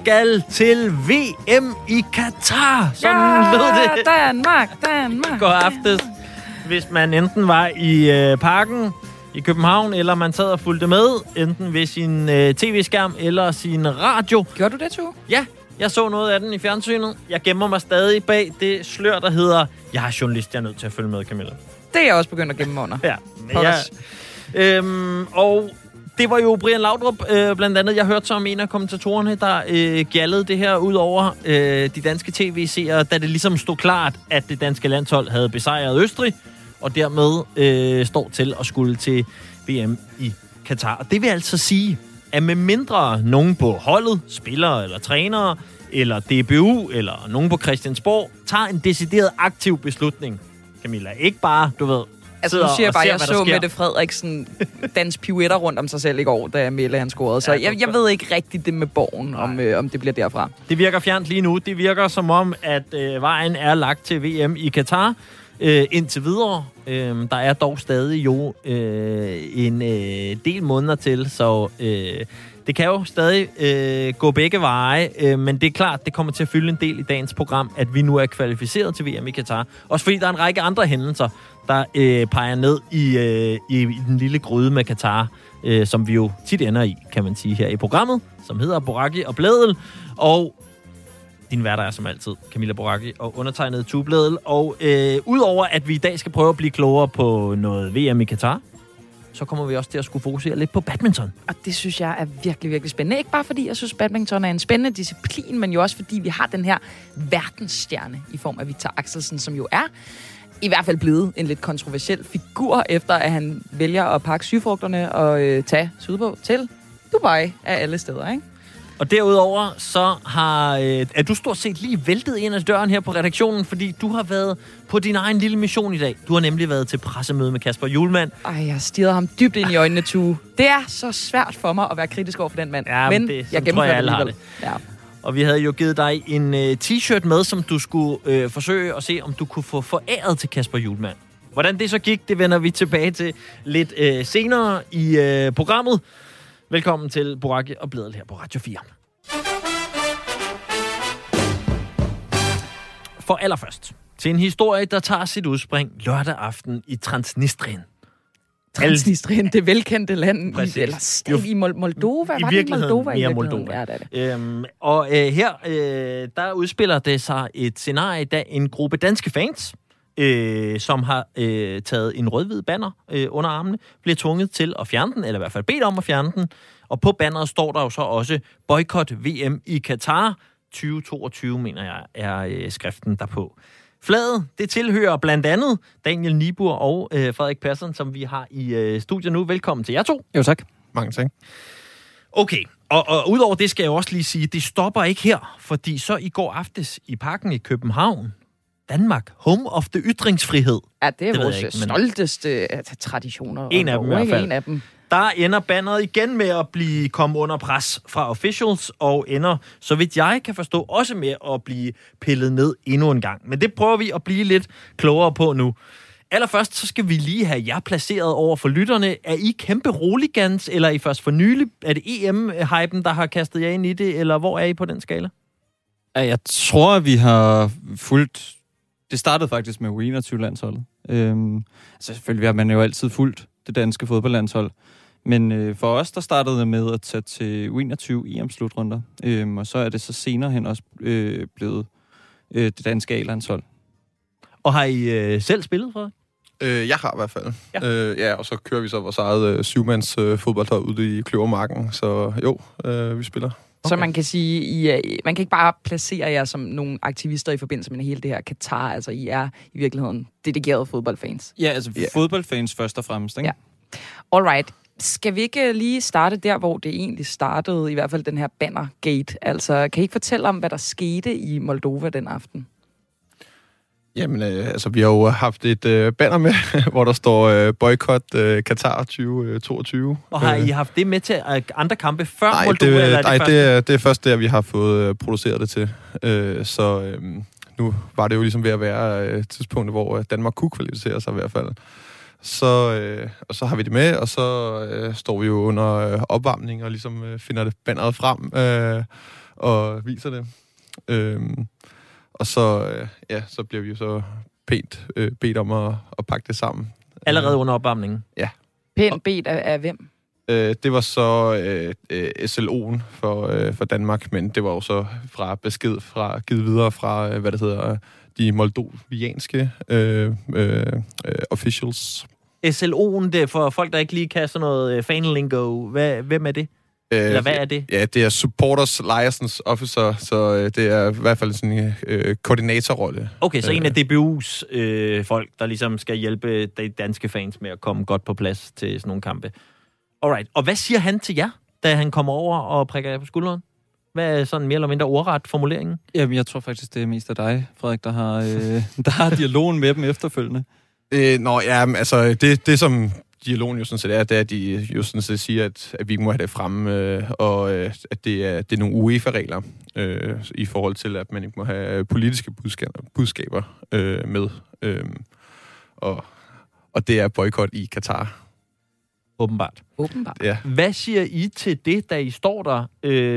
skal til VM i Katar. Sådan lød det. Danmark. God aftes. Hvis man enten var i parken i København, eller man sad og fulgte med, enten ved sin tv-skærm eller sin radio. Gjorde du det, Tue? Ja, jeg så noget af den i fjernsynet. Jeg gemmer mig stadig bag det slør, der hedder, jeg er journalist, jeg er nødt til at følge med, Camilla. Det er jeg også begyndt at gemme mig under. Ja. Og det var jo Brian Laudrup, blandt andet. Jeg hørte som en af kommentatorerne, der gjaldede det her ud over de danske tv-seere, da det ligesom stod klart, at det danske landshold havde besejret Østrig, og dermed står til at skulle til VM i Katar. Og det vil altså sige, at med mindre nogen på holdet, spillere eller trænere, eller DBU, eller nogen på Christiansborg, tager en decideret aktiv beslutning, Camilla. Ikke bare, du ved, altså nu siger jeg bare, at jeg så Mette Frederiksen danse pirouetter rundt om sig selv i går, da Melle han scorede. Så jeg ved ikke rigtigt det med Borgen, om det bliver derfra. Det virker fjernt lige nu. Det virker som om, at vejen er lagt til VM i Katar indtil videre. Der er dog stadig jo en del måneder til, så det kan jo stadig gå begge veje, men det er klart, det kommer til at fylde en del i dagens program, at vi nu er kvalificeret til VM i Katar. Også fordi der er en række andre hændelser, der peger ned i den lille gryde med Katar, som vi jo tit ender i, kan man sige, her i programmet, som hedder Boracchi og Blædel. Og din værter er som altid Camilla Boracchi og undertegnet Tue Blædel. Og udover at vi i dag skal prøve at blive klogere på noget VM i Katar, så kommer vi også til at skulle fokusere lidt på badminton. Og det synes jeg er virkelig, virkelig spændende. Ikke bare fordi jeg synes, badminton er en spændende disciplin, men jo også fordi vi har den her verdensstjerne i form af Victor Axelsen, som jo er i hvert fald blevet en lidt kontroversiel figur, efter at han vælger at pakke sygefrugterne og tage sydpå til Dubai af alle steder, ikke? Og derudover så er du stort set lige væltet ind ad døren her på redaktionen, fordi du har været på din egen lille mission i dag. Du har nemlig været til pressemøde med Kasper Hjulmand. Ej, jeg stirrede ham dybt ind i øjnene, Tue. Det er så svært for mig at være kritisk over for den mand. Ja, men det, jeg gennemførte det alligevel. Ja. Og vi havde jo givet dig en t-shirt med, som du skulle forsøge at se, om du kunne få foræret til Kasper Hjulmand. Hvordan det så gik, det vender vi tilbage til lidt senere i programmet. Velkommen til Boracchi og Blædel her på Radio 4. For allerførst til en historie, der tager sit udspring lørdag aften i Transnistrien. Transnistrien, det velkendte land i Moldova. I virkeligheden mere Moldova. Ja, det er det. Der udspiller det sig et scenarie, da en gruppe danske fans, som har taget en rød-hvid banner under armene, bliver tvunget til at fjerne den, eller i hvert fald bedt om at fjerne den. Og på banneret står der jo så også boykot VM i Katar 2022, mener jeg, er skriften derpå. Flaget, det tilhører blandt andet Daniel Niebuhr og Frederik Persson, som vi har i studiet nu. Velkommen til jer to. Jo, tak. Mange tak. Okay, og udover det skal jeg også lige sige, det stopper ikke her, fordi så i går aftes i parken i København, Danmark, home of the ytringsfrihed. Ja, det er vores stolteste traditioner. En af dem i hvert fald. En af dem. Der ender banneret igen med at komme under pres fra officials, og ender, så vidt jeg kan forstå, også med at blive pillet ned endnu en gang. Men det prøver vi at blive lidt klogere på nu. Allerførst, så skal vi lige have jer placeret over for lytterne. Er I kæmpe roligans, eller er I først for nylig? Er det EM-hypen, der har kastet jer ind i det, eller hvor er I på den skala? Jeg tror, vi har fulgt... Det startede faktisk med U21-landsholdet. Selvfølgelig har man jo altid fulgt det danske fodboldlandshold. Men for os, der startede det med at tage til U21 EM-slutrunder. Og så er det så senere hen også blevet det danske A-landshold. Og har I selv spillet, Frederik? Jeg har i hvert fald. Ja. Og så kører vi så vores eget syvmands fodboldhold ude i Kløvermarken. Så jo, vi spiller. Okay. Så man kan sige, man kan ikke bare placere jer som nogle aktivister i forbindelse med hele det her Katar. Altså, I er i virkeligheden dedikerede fodboldfans. Ja, altså fodboldfans først og fremmest, ikke? Ja. Alright. Skal vi ikke lige starte der, hvor det egentlig startede, i hvert fald den her bannergate? Altså, kan I ikke fortælle om, hvad der skete i Moldova den aften? Jamen, vi har jo haft et banner med, hvor der står boykot Katar 2022. Og har I haft det med til andre kampe før nej, Moldova? Det er først der, vi har fået produceret det til. Nu var det jo ligesom ved at være tidspunktet, hvor Danmark kunne kvalificere sig i hvert fald. Og så har vi det med, og så står vi jo under opvarmning og ligesom finder det banneret frem. og viser det. Og så, så bliver vi jo så pænt bedt om at pakke det sammen. Allerede under opvarmningen? Ja. Pænt bedt af hvem? Det var så SLO'en for Danmark, men det var jo så givet videre fra, de moldovianske officials. SLO'en, det er for folk, der ikke lige kan sådan noget fanlingo. Hvem er det? Eller hvad er det? Ja, det er Supporters Liaison Officer, så det er i hvert fald sådan en koordinatorrolle. Okay, så en af DBU's folk, der ligesom skal hjælpe de danske fans med at komme godt på plads til sådan nogle kampe. Alright, og hvad siger han til jer, da han kommer over og prikker jer på skulderen? Hvad er sådan mere eller mindre ordret formuleringen? Jamen, jeg tror faktisk, det er mest af dig, Frederik, der har dialogen med dem efterfølgende. Det som dialogen jo sådan set er, det er, at de jo sådan set siger, at vi ikke må have det fremme, og at det er nogle UEFA-regler i forhold til, at man ikke må have politiske budskaber med. Og det er boykot i Katar. Åbenbart. Ja. Hvad siger I til det, da I står der?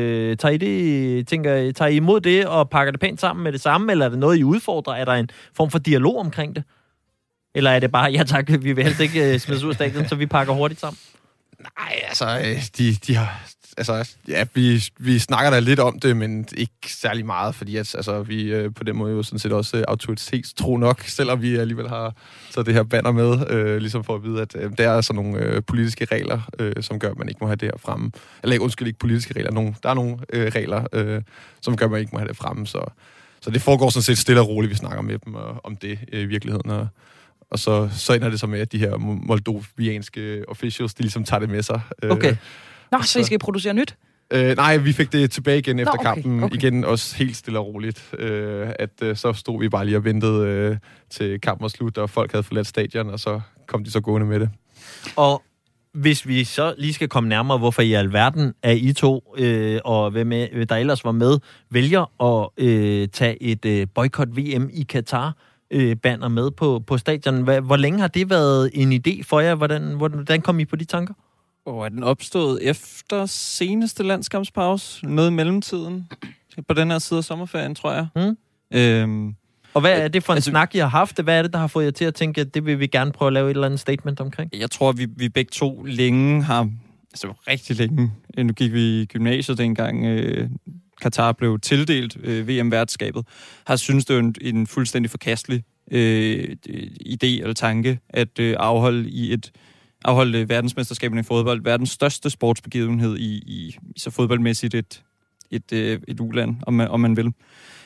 Tager I imod det og pakker det pænt sammen med det samme, eller er det noget, I udfordrer? Er der en form for dialog omkring det? Eller er det bare, ja tak, vi vil helst ikke smides ud af stadion, så vi pakker hurtigt sammen? Nej, de har... vi snakker da lidt om det, men ikke særlig meget, fordi vi på den måde jo sådan set også autoritetstro nok, selvom vi alligevel har så det her banner med, ligesom for at vide, at der er sådan nogle politiske regler, som gør, at man ikke må have det her fremme. Eller ikke politiske regler, der er nogle regler, som gør, at man ikke må have det fremme, så det foregår sådan set stille og roligt, vi snakker med dem om det i virkeligheden, og så ender det så med, at de her moldovianske officials, de ligesom tager det med sig. Okay. Nå, så I skal producere nyt? Nej, vi fik det tilbage igen efter kampen. Okay. Igen også helt stille og roligt. Så stod vi bare lige og ventede til kampen var slut, og folk havde forladt stadion, og så kom de så gående med det. Og hvis vi så lige skal komme nærmere, hvorfor i alverden er I to, og hvem der ellers var med, vælger at tage et boykot VM i Katar banner med på stadion. Hvor længe har det været en idé for jer? Hvordan kom I på de tanker? Er den opstået efter seneste landskampspause? Noget i mellemtiden? På den her side af sommerferien, tror jeg. Og hvad er det for en snak, I har haft? Hvad er det, der har fået jer til at tænke, at det vil vi gerne prøve at lave et eller andet statement omkring? Jeg tror, vi begge to længe har... Altså rigtig længe. Nu gik vi i gymnasiet dengang... Katar blev tildelt VM-værtskabet, har synes det er en fuldstændig forkastelig idé eller tanke at afholde verdensmesterskaberne i fodbold, verdens største sportsbegivenhed i så fodboldmæssigt et uland, om man vil.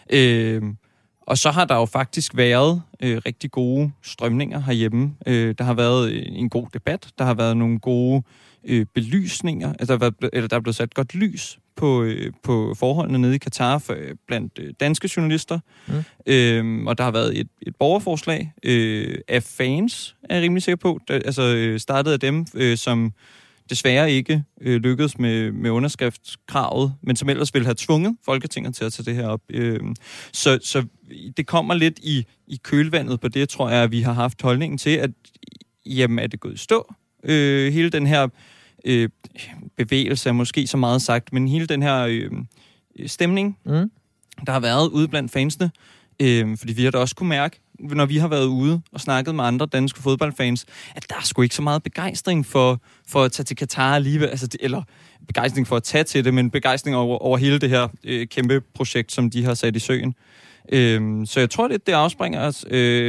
Og så har der jo faktisk været rigtig gode strømninger herhjemme. Der har været en god debat, der har været nogle gode belysninger, der er blevet sat godt lys på forholdene nede i Katar blandt danske journalister. Og der har været et borgerforslag af fans, er jeg rimelig sikker på, startet af dem, som desværre ikke lykkedes med underskriftskravet, men som ellers ville have tvunget Folketinget til at tage det her op. Så det kommer lidt i kølvandet på det, tror jeg, at vi har haft holdningen til, at jamen, er det gået i stå? Hele den her bevægelse er måske så meget sagt, men hele den her stemning, der har været ude blandt fansene, fordi vi har da også kunne mærke, når vi har været ude og snakket med andre danske fodboldfans, at der er sgu ikke så meget begejstring for at tage til Katar alligevel, eller begejstring for at tage til det, men begejstring over hele det her kæmpe projekt, som de har sat i søen. Så jeg tror, det afspringer os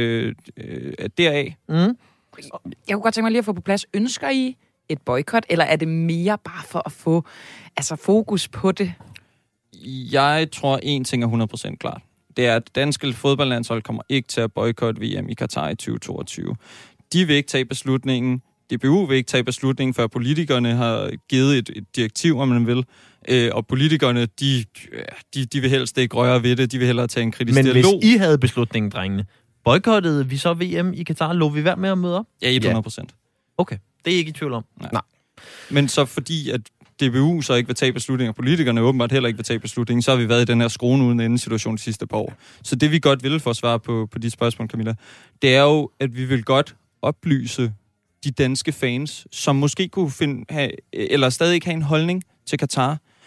deraf. Jeg kunne godt tænke mig lige at få på plads. Ønsker I et boykot, eller er det mere bare for at få fokus på det? Jeg tror, en ting er 100% klart. Det er, at danske fodboldlandshold kommer ikke til at boykotte VM i Katar i 2022. De vil ikke tage beslutningen. DBU vil ikke tage beslutningen, før politikerne har givet et direktiv, om man vil. Og politikerne, de vil helst ikke røre ved det. De vil hellere tage en kritisk dialog. Men hvis I havde beslutningen, drengene, boykottede vi så VM i Katar? Lå vi være med at møde op? Ja, 100%. Okay, det er I ikke i tvivl om? Nej. Men så fordi, at DBU så ikke vil tage beslutninger, politikerne åbenbart heller ikke vil tage beslutninger, så har vi været i den her skruen uden ende situation de sidste par år. Så det vi godt vil for at svare på de spørgsmål, Camilla, det er jo, at vi vil godt oplyse de danske fans, som måske kunne eller stadig ikke have en holdning til Katar,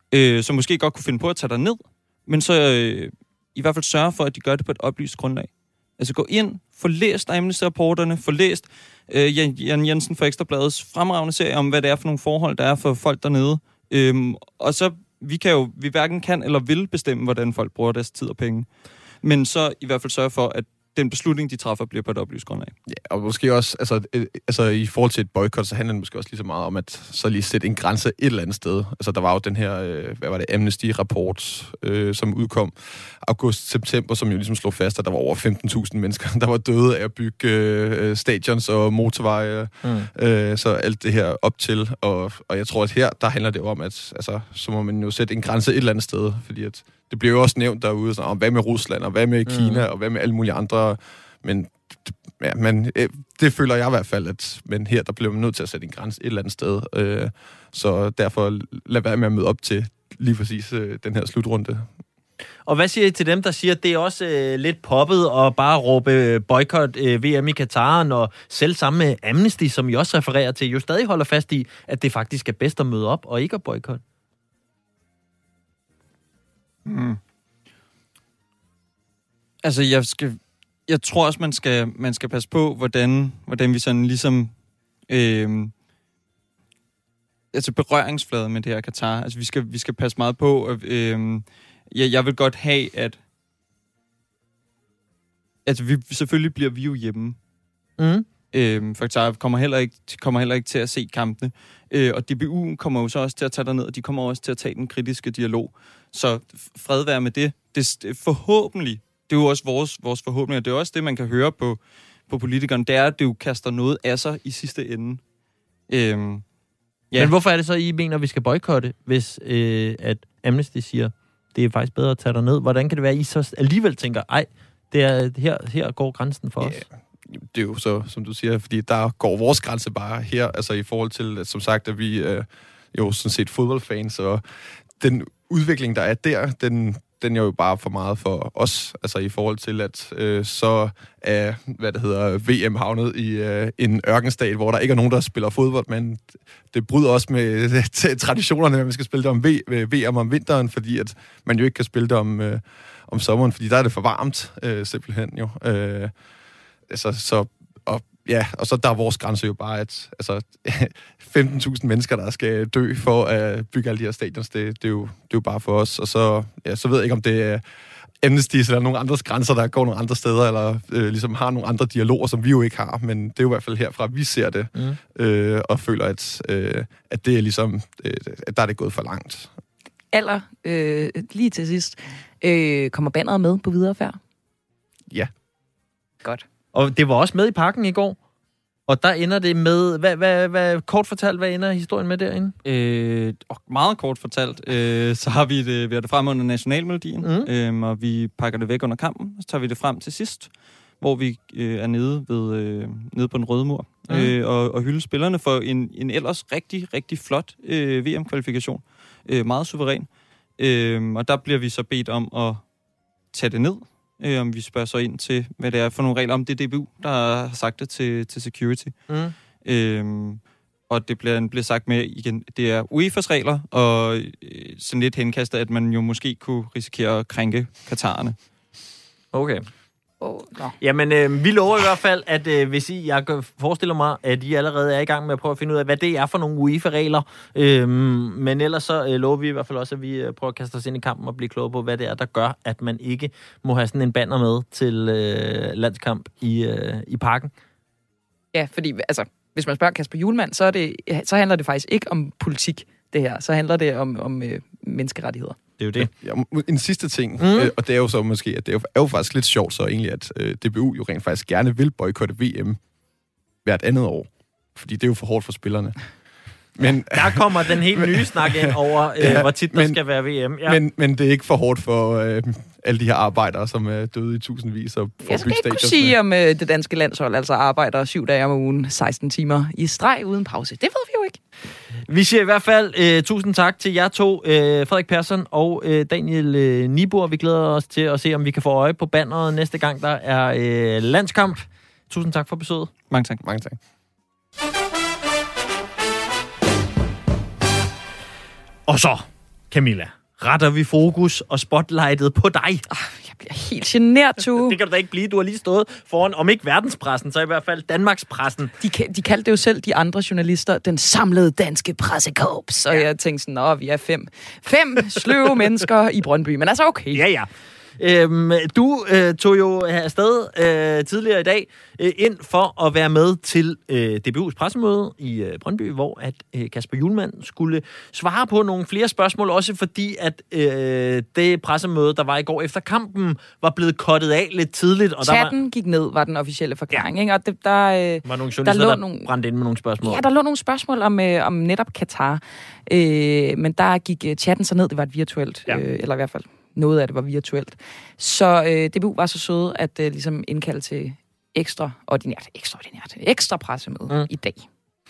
som måske godt kunne finde på at tage dig ned, men så i hvert fald sørge for, at de gør det på et oplyst grundlag. Altså gå ind, få læst Amnesty-rapporterne, få læst Jan Jensen fra Ekstra Bladets fremragende serie om, hvad det er for nogle forhold, der er for folk dernede. Og så, vi hverken kan eller vil bestemme, hvordan folk bruger deres tid og penge. Men så i hvert fald sørge for, at den beslutning, de træffer, bliver på et oplyst grundlag. Ja, og måske også, altså i forhold til et boykot, så handler det måske også lige så meget om, at så lige sætte en grænse et eller andet sted. Altså der var jo den her, Amnesty-rapport, som udkom august-september, som jo ligesom slog fast, at der var over 15.000 mennesker, der var døde af at bygge stadions og motorveje, så alt det her op til. Og jeg tror, at her, der handler det jo om, at altså, så må man jo sætte en grænse et eller andet sted, fordi at det bliver jo også nævnt derude, sådan, om hvad med Rusland, og hvad med Kina, og hvad med alle mulige andre. Men det føler jeg i hvert fald, men her, der bliver man nødt til at sætte en grænse et eller andet sted. Så derfor lad være med at møde op til lige præcis den her slutrunde. Og hvad siger I til dem, der siger, at det er også lidt poppet at bare råbe boykot VM i Katar, når selv sammen med Amnesty, som I også refererer til, jo stadig holder fast i, at det faktisk er bedst at møde op og ikke at boykotte? Altså, jeg tror også, man skal passe på, hvordan vi sådan ligesom altså berøringsflade med det her Katar. Altså, vi skal passe meget på. Jeg vil godt have, at altså, selvfølgelig bliver vi jo hjemme. For Katar kommer heller ikke til at se kampene. Og DBU kommer jo så også til at tage derned, og de kommer også til at tage den kritiske dialog. Så fred være med det. Det forhåbentlig, det er jo også vores forhåbninger, det er også det, man kan høre på politikerne, det er, at det jo kaster noget af sig i sidste ende. Ja. Men hvorfor er det så, I mener, at vi skal boykotte, hvis at Amnesty siger, det er faktisk bedre at tage derned? Hvordan kan det være, at I så alligevel tænker, ej, det er her går grænsen for os? Det er jo så, som du siger, fordi der går vores grænse bare her, altså i forhold til, at, som sagt, at vi jo sådan set fodboldfans, og den udvikling, der er der, den er jo bare for meget for os, altså i forhold til, at så er, VM havnet i en ørkenstat, hvor der ikke er nogen, der spiller fodbold, men det bryder også med traditionerne, at man skal spille det om VM om vinteren, fordi at man jo ikke kan spille det om sommeren, fordi der er det for varmt, simpelthen jo. Og så der er vores grænse jo bare, at 15.000 mennesker, der skal dø for at bygge alle de her stadions, det er jo bare for os. Og så ved jeg ikke, om det er Amnesty eller nogle andres grænser, der går nogle andre steder, eller ligesom har nogle andre dialoger, som vi jo ikke har, men det er jo i hvert fald herfra, vi ser det, og føler, at det er ligesom, at der er det gået for langt. Lige til sidst, kommer banneret med på Viderefærd? Ja. Godt. Og det var også med i Parken i går. Og der ender det med... Hvad kort fortalt, hvad ender historien med derinde? Meget kort fortalt, så har vi det frem under nationalmelodien, og vi pakker det væk under kampen, og så tager vi det frem til sidst, hvor vi er nede på den røde mur, og hylde spillerne for en ellers rigtig, rigtig flot VM-kvalifikation. Meget suveræn. Og der bliver vi så bedt om at tage det ned, om vi spørger så ind til, hvad det er for nogle regler, om det er DBU, der har sagt det til security. Og det bliver sagt med igen, det er UEFA's regler, og sådan lidt henkastet, at man jo måske kunne risikere at krænke katarerne. Okay. Jamen, vi lover i hvert fald, at hvis jeg forestiller mig, at I allerede er i gang med at prøve at finde ud af, hvad det er for nogle UEFA-regler. Men ellers så lover vi i hvert fald også, at vi prøver at kaste os ind i kampen og blive kloge på, hvad det er, der gør, at man ikke må have sådan en banner med til landskamp i Parken. Ja, fordi altså, hvis man spørger Kasper Hjulmand, så handler det faktisk ikke om politik, det her. Så handler det om menneskerettigheder. Det er jo det. Ja, en sidste ting, og det er jo så måske, at det er jo faktisk lidt sjovt så egentlig, at DBU jo rent faktisk gerne vil boykotte VM hvert andet år. Fordi det er jo for hårdt for spillerne. Men der kommer den helt nye snak ind over, hvor tit der skal være VM. Ja. Men det er ikke for hårdt for alle de her arbejdere, som er døde i tusindvis. Og jeg skal ikke kunne sige, om det danske landshold altså arbejder 7 dage om ugen, 16 timer i streg uden pause. Det ved vi jo ikke. Vi siger i hvert fald tusind tak til jer to, Frederik Persson og Daniel Niebuhr. Vi glæder os til at se, om vi kan få øje på banneret næste gang, der er landskamp. Tusind tak for besøget. Mange tak. Mange tak. Og så Camilla, retter vi fokus og spotlightet på dig? Jeg bliver helt genert, Tue. Det kan du da ikke blive. Du har lige stået foran, om ikke verdenspressen, så i hvert fald Danmarkspressen. De kaldte det jo selv, de andre journalister, den samlede danske pressekorps. Og jeg tænkte sådan, vi er fem sløve mennesker i Brøndby. Men altså, okay. Ja. Du tog jo afsted tidligere i dag ind for at være med til DBU's pressemøde i Brøndby, hvor at Kasper Hjulmand skulle svare på nogle flere spørgsmål, også fordi at det pressemøde, der var i går efter kampen, var blevet cuttet af lidt tidligt. Og chatten gik ned, var den officielle forklaring. Ikke? Og der var nogle journalister, der brændte ind med nogle spørgsmål. Ja, der lå nogle spørgsmål om netop Katar. Men der gik chatten så ned, det var et virtuelt, eller i hvert fald noget af det var virtuelt. Så DBU var så søde at ligesom indkalde til ekstra pressemøde i dag.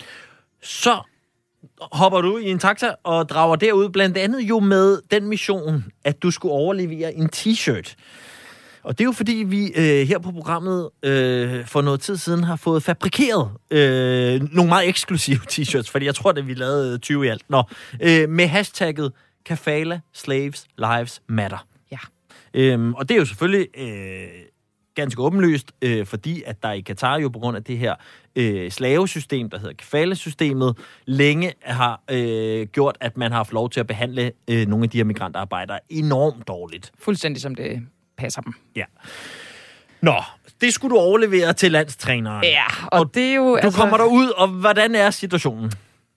Så hopper du i en taxa og drager derud, blandt andet jo med den mission, at du skulle overlevere en t-shirt. Og det er jo fordi, vi her på programmet for noget tid siden har fået fabrikeret nogle meget eksklusive t-shirts, fordi jeg tror, at vi lavede 20 i alt. Med hashtagget Kafala Slaves Lives Matter. Ja. Og det er jo selvfølgelig ganske åbenlyst, fordi at der i Katar jo på grund af det her slavesystem, der hedder kafala-systemet, længe har gjort, at man har haft lov til at behandle nogle af de her migrantarbejdere enormt dårligt. Fuldstændig som det passer dem. Ja. Nå, det skulle du overlevere til landstræneren. Ja, og det er jo... Du kommer derud, og hvordan er situationen?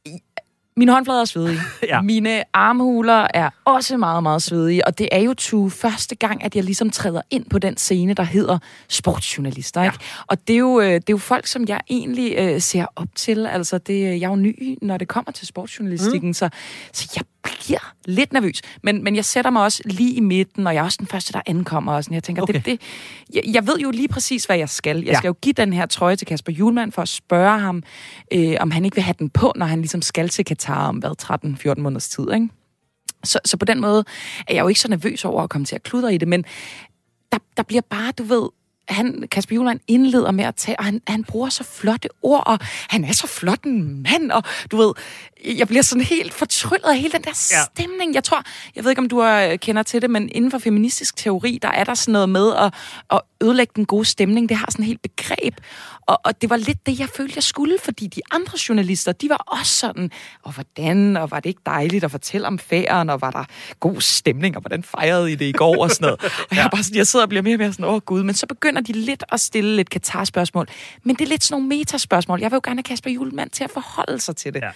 Mine håndflader er svedige. Ja. Mine armhuler er også meget, meget svedige. Og det er jo første gang, at jeg ligesom træder ind på den scene, der hedder sportsjournalister. Ikke? Og det er jo folk, som jeg egentlig ser op til. Altså, jeg er jo ny, når det kommer til sportsjournalistikken, så jeg bliver lidt nervøs. Men jeg sætter mig også lige i midten, og jeg er også den første, der ankommer. Og sådan. Jeg tænker, okay. Jeg ved jo lige præcis, hvad jeg skal. Jeg skal jo give den her trøje til Kasper Hjulmand for at spørge ham, om han ikke vil have den på, når han ligesom skal til Katar om 13-14 måneders tid. Ikke? Så på den måde er jeg jo ikke så nervøs over at komme til at kludre i det, men der bliver bare, du ved, Kasper Hjulmand indleder med at tage, og han bruger så flotte ord, og han er så flot en mand, og du ved, jeg bliver sådan helt fortryllet af hele den der stemning. Jeg ved ikke, om du kender til det, men inden for feministisk teori, der er der sådan noget med at ødelægge den gode stemning. Det har sådan et helt begreb. Og det var lidt det, jeg følte, jeg skulle, fordi de andre journalister, de var også sådan, og hvordan, og var det ikke dejligt at fortælle om færen, og var der god stemning, og hvordan fejrede I det i går, og sådan noget. Og jeg sidder og bliver mere og mere sådan, gud, men så begynder de lidt at stille lidt Katar-spørgsmål. Men det er lidt sådan nogle metaspørgsmål. Jeg vil jo gerne have Kasper Hjulmand til at forholde sig til det. Ja.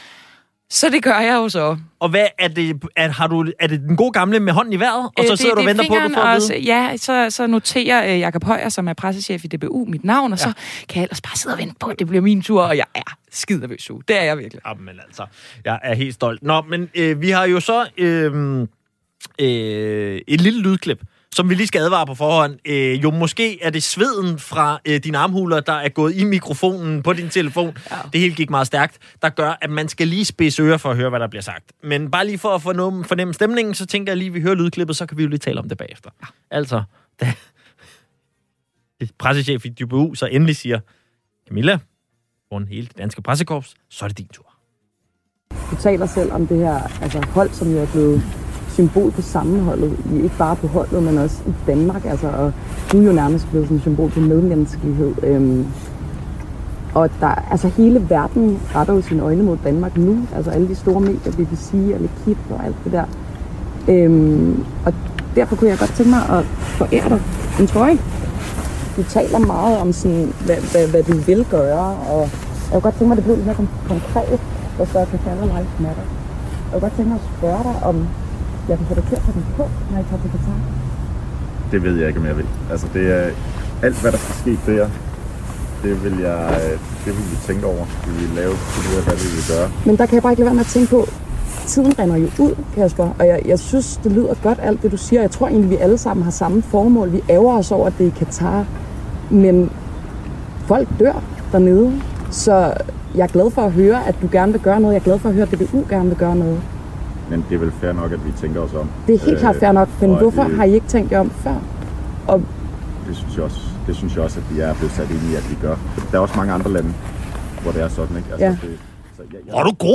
Så det gør jeg jo så. Og hvad er det? Er det den gode gamle med hånden i vejret, og så sidder du og venter på, at du får at vide? Ja, så noterer Jakob Højer, som er pressechef i DBU, mit navn, og så kan jeg ellers bare sidde og vente på, at det bliver min tur, og jeg er skide nervøs. Det er jeg virkelig. Jamen altså, jeg er helt stolt. Nå, men vi har jo så et lille lydklip, som vi lige skal advare på forhånd. Jo, måske er det sveden fra dine armhuler, der er gået i mikrofonen på din telefon. Ja. Det hele gik meget stærkt, der gør, at man skal lige spidse ører for at høre, hvad der bliver sagt. Men bare lige for at fornemme stemningen, så tænker jeg lige, at vi hører lydklippet, så kan vi jo lige tale om det bagefter. Ja. Altså, da pressechef i DBU så endelig siger, Camilla, rundt hele det danske pressekorps, så er det din tur. Du taler selv om det her hold, som jo er blevet symbol på sammenholdet, ikke bare på holdet, men også i Danmark. Og du er jo nærmest blevet sådan et symbol på medmenneskelighed. Og hele verden retter jo sine øjne mod Danmark nu. Alle de store medier, BBC og L'Equipe og alt det der. Og derfor kunne jeg godt tænke mig at forære dig en trøje. Du taler meget om sådan, hvad du vil gøre, og jeg kunne godt tænke mig, at det blev lidt mere konkret, hvor så Kafala Lives Matter. Jeg kunne godt tænke mig at spørge dig, om jeg kan få dig til at tage den på, når jeg tager til Katar. Det ved jeg ikke, om jeg vil. Det er alt, hvad der skal ske der, det vil vi tænke over. Vi vil lave hvad vi vil gøre. Men der kan jeg bare ikke lade være med at tænke på, tiden render jo ud, Kasper, og jeg synes, det lyder godt alt det, du siger. Jeg tror egentlig, vi alle sammen har samme formål. Vi ærger os over, at det er i Katar, men folk dør dernede, så jeg er glad for at høre, at du gerne vil gøre noget. Jeg er glad for at høre, at DBU gerne vil gøre noget. Men det er vel fair nok, at vi tænker os om. Det er helt klart fair nok, men hvorfor har I ikke tænkt jer om før? Og det synes jeg også, at vi er blevet sat ind i, at vi gør. Der er også mange andre lande, hvor det er sådan, ikke? Var du god?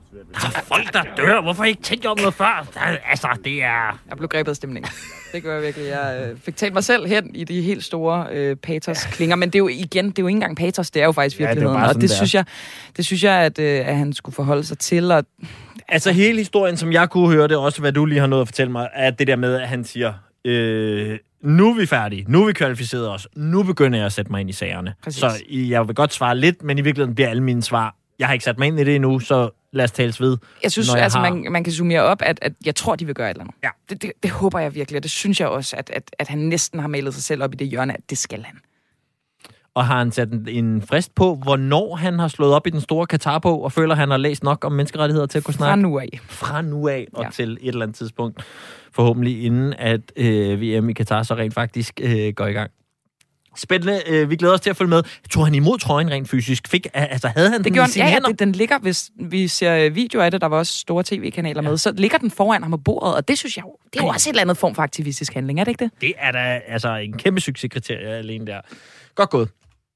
Altså, folk, der dør. Hvorfor ikke tænke om noget før? Det er... Jeg blev grebet af stemningen. Det gør jeg virkelig. Jeg fik talt mig selv hen i de helt store patos-klinger. Men det er jo igen, det er jo ikke engang patos, det er jo faktisk virkeligheden. Ja, det synes jeg, at han skulle forholde sig til. Og... Altså, hele historien, som jeg kunne høre det, også hvad du lige har nået at fortælle mig, er det der med, at han siger... nu er vi færdige, nu er vi kvalificeret os, nu begynder jeg at sætte mig ind i sagerne. Præcis. Så jeg vil godt svare lidt, men i virkeligheden bliver alle mine svar, jeg har ikke sat mig ind i det endnu, så lad os tales ved. Jeg synes, man kan summere op, at jeg tror, de vil gøre et eller andet. Ja. Det håber jeg virkelig, og det synes jeg også, at han næsten har malet sig selv op i det hjørne, at det skal han. Og har han sat en frist på, hvornår han har slået op i den store Katar-bog, og føler, han har læst nok om menneskerettigheder til at kunne snakke? Fra nu af og til et eller andet tidspunkt. Forhåbentlig inden, at VM i Katar så rent faktisk går i gang. Spændende. Vi glæder os til at følge med. Tog han imod trøjen rent fysisk? Havde han den i sine hænder? Den ligger, hvis vi ser videoer af det, der var også store tv-kanaler med, så ligger den foran ham på bordet, og det synes jeg jo, det er jo også et eller andet form for aktivistisk handling, er det ikke det? Det er da en kæmpe succeskriterie alene der. Godt gået.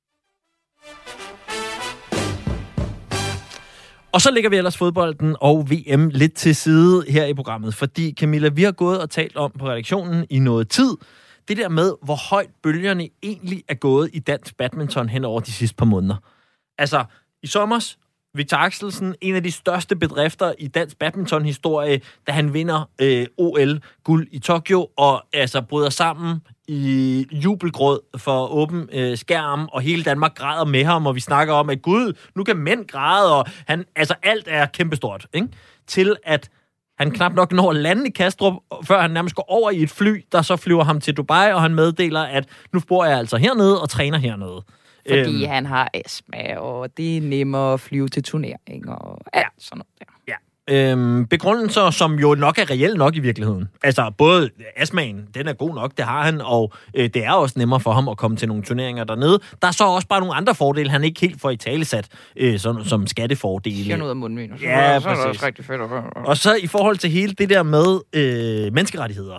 Og så lægger vi ellers fodbolden og VM lidt til side her i programmet, fordi Camilla, vi har gået og talt om på redaktionen i noget tid, det der med, hvor højt bølgerne egentlig er gået i dansk badminton hen over de sidste par måneder. Altså, i sommers, Victor Axelsen, en af de største bedrifter i dansk badminton-historie, da han vinder OL-guld i Tokyo, og altså bryder sammen i jubelgråd for åben skærm, og hele Danmark græder med ham, og vi snakker om, at gud, nu kan mænd græde, og alt er kæmpestort, ikke? Til at han knap nok når at lande i Kastrup, før han nærmest går over i et fly, der så flyver ham til Dubai, og han meddeler, at nu bor jeg altså hernede og træner hernede. Fordi han har astma, og det er nemmere at flyve til turneringer og alt sådan noget der. Ja. Begrundelser, som jo nok er reelt nok i virkeligheden. Altså, både astmaen, den er god nok, det har han, og det er også nemmere for ham at komme til nogle turneringer dernede. Der er så også bare nogle andre fordele, han ikke helt får i talesat, som skattefordele. Siger noget af mundvind. Ja, så er det også rigtig fedt. Og så i forhold til hele det der med menneskerettigheder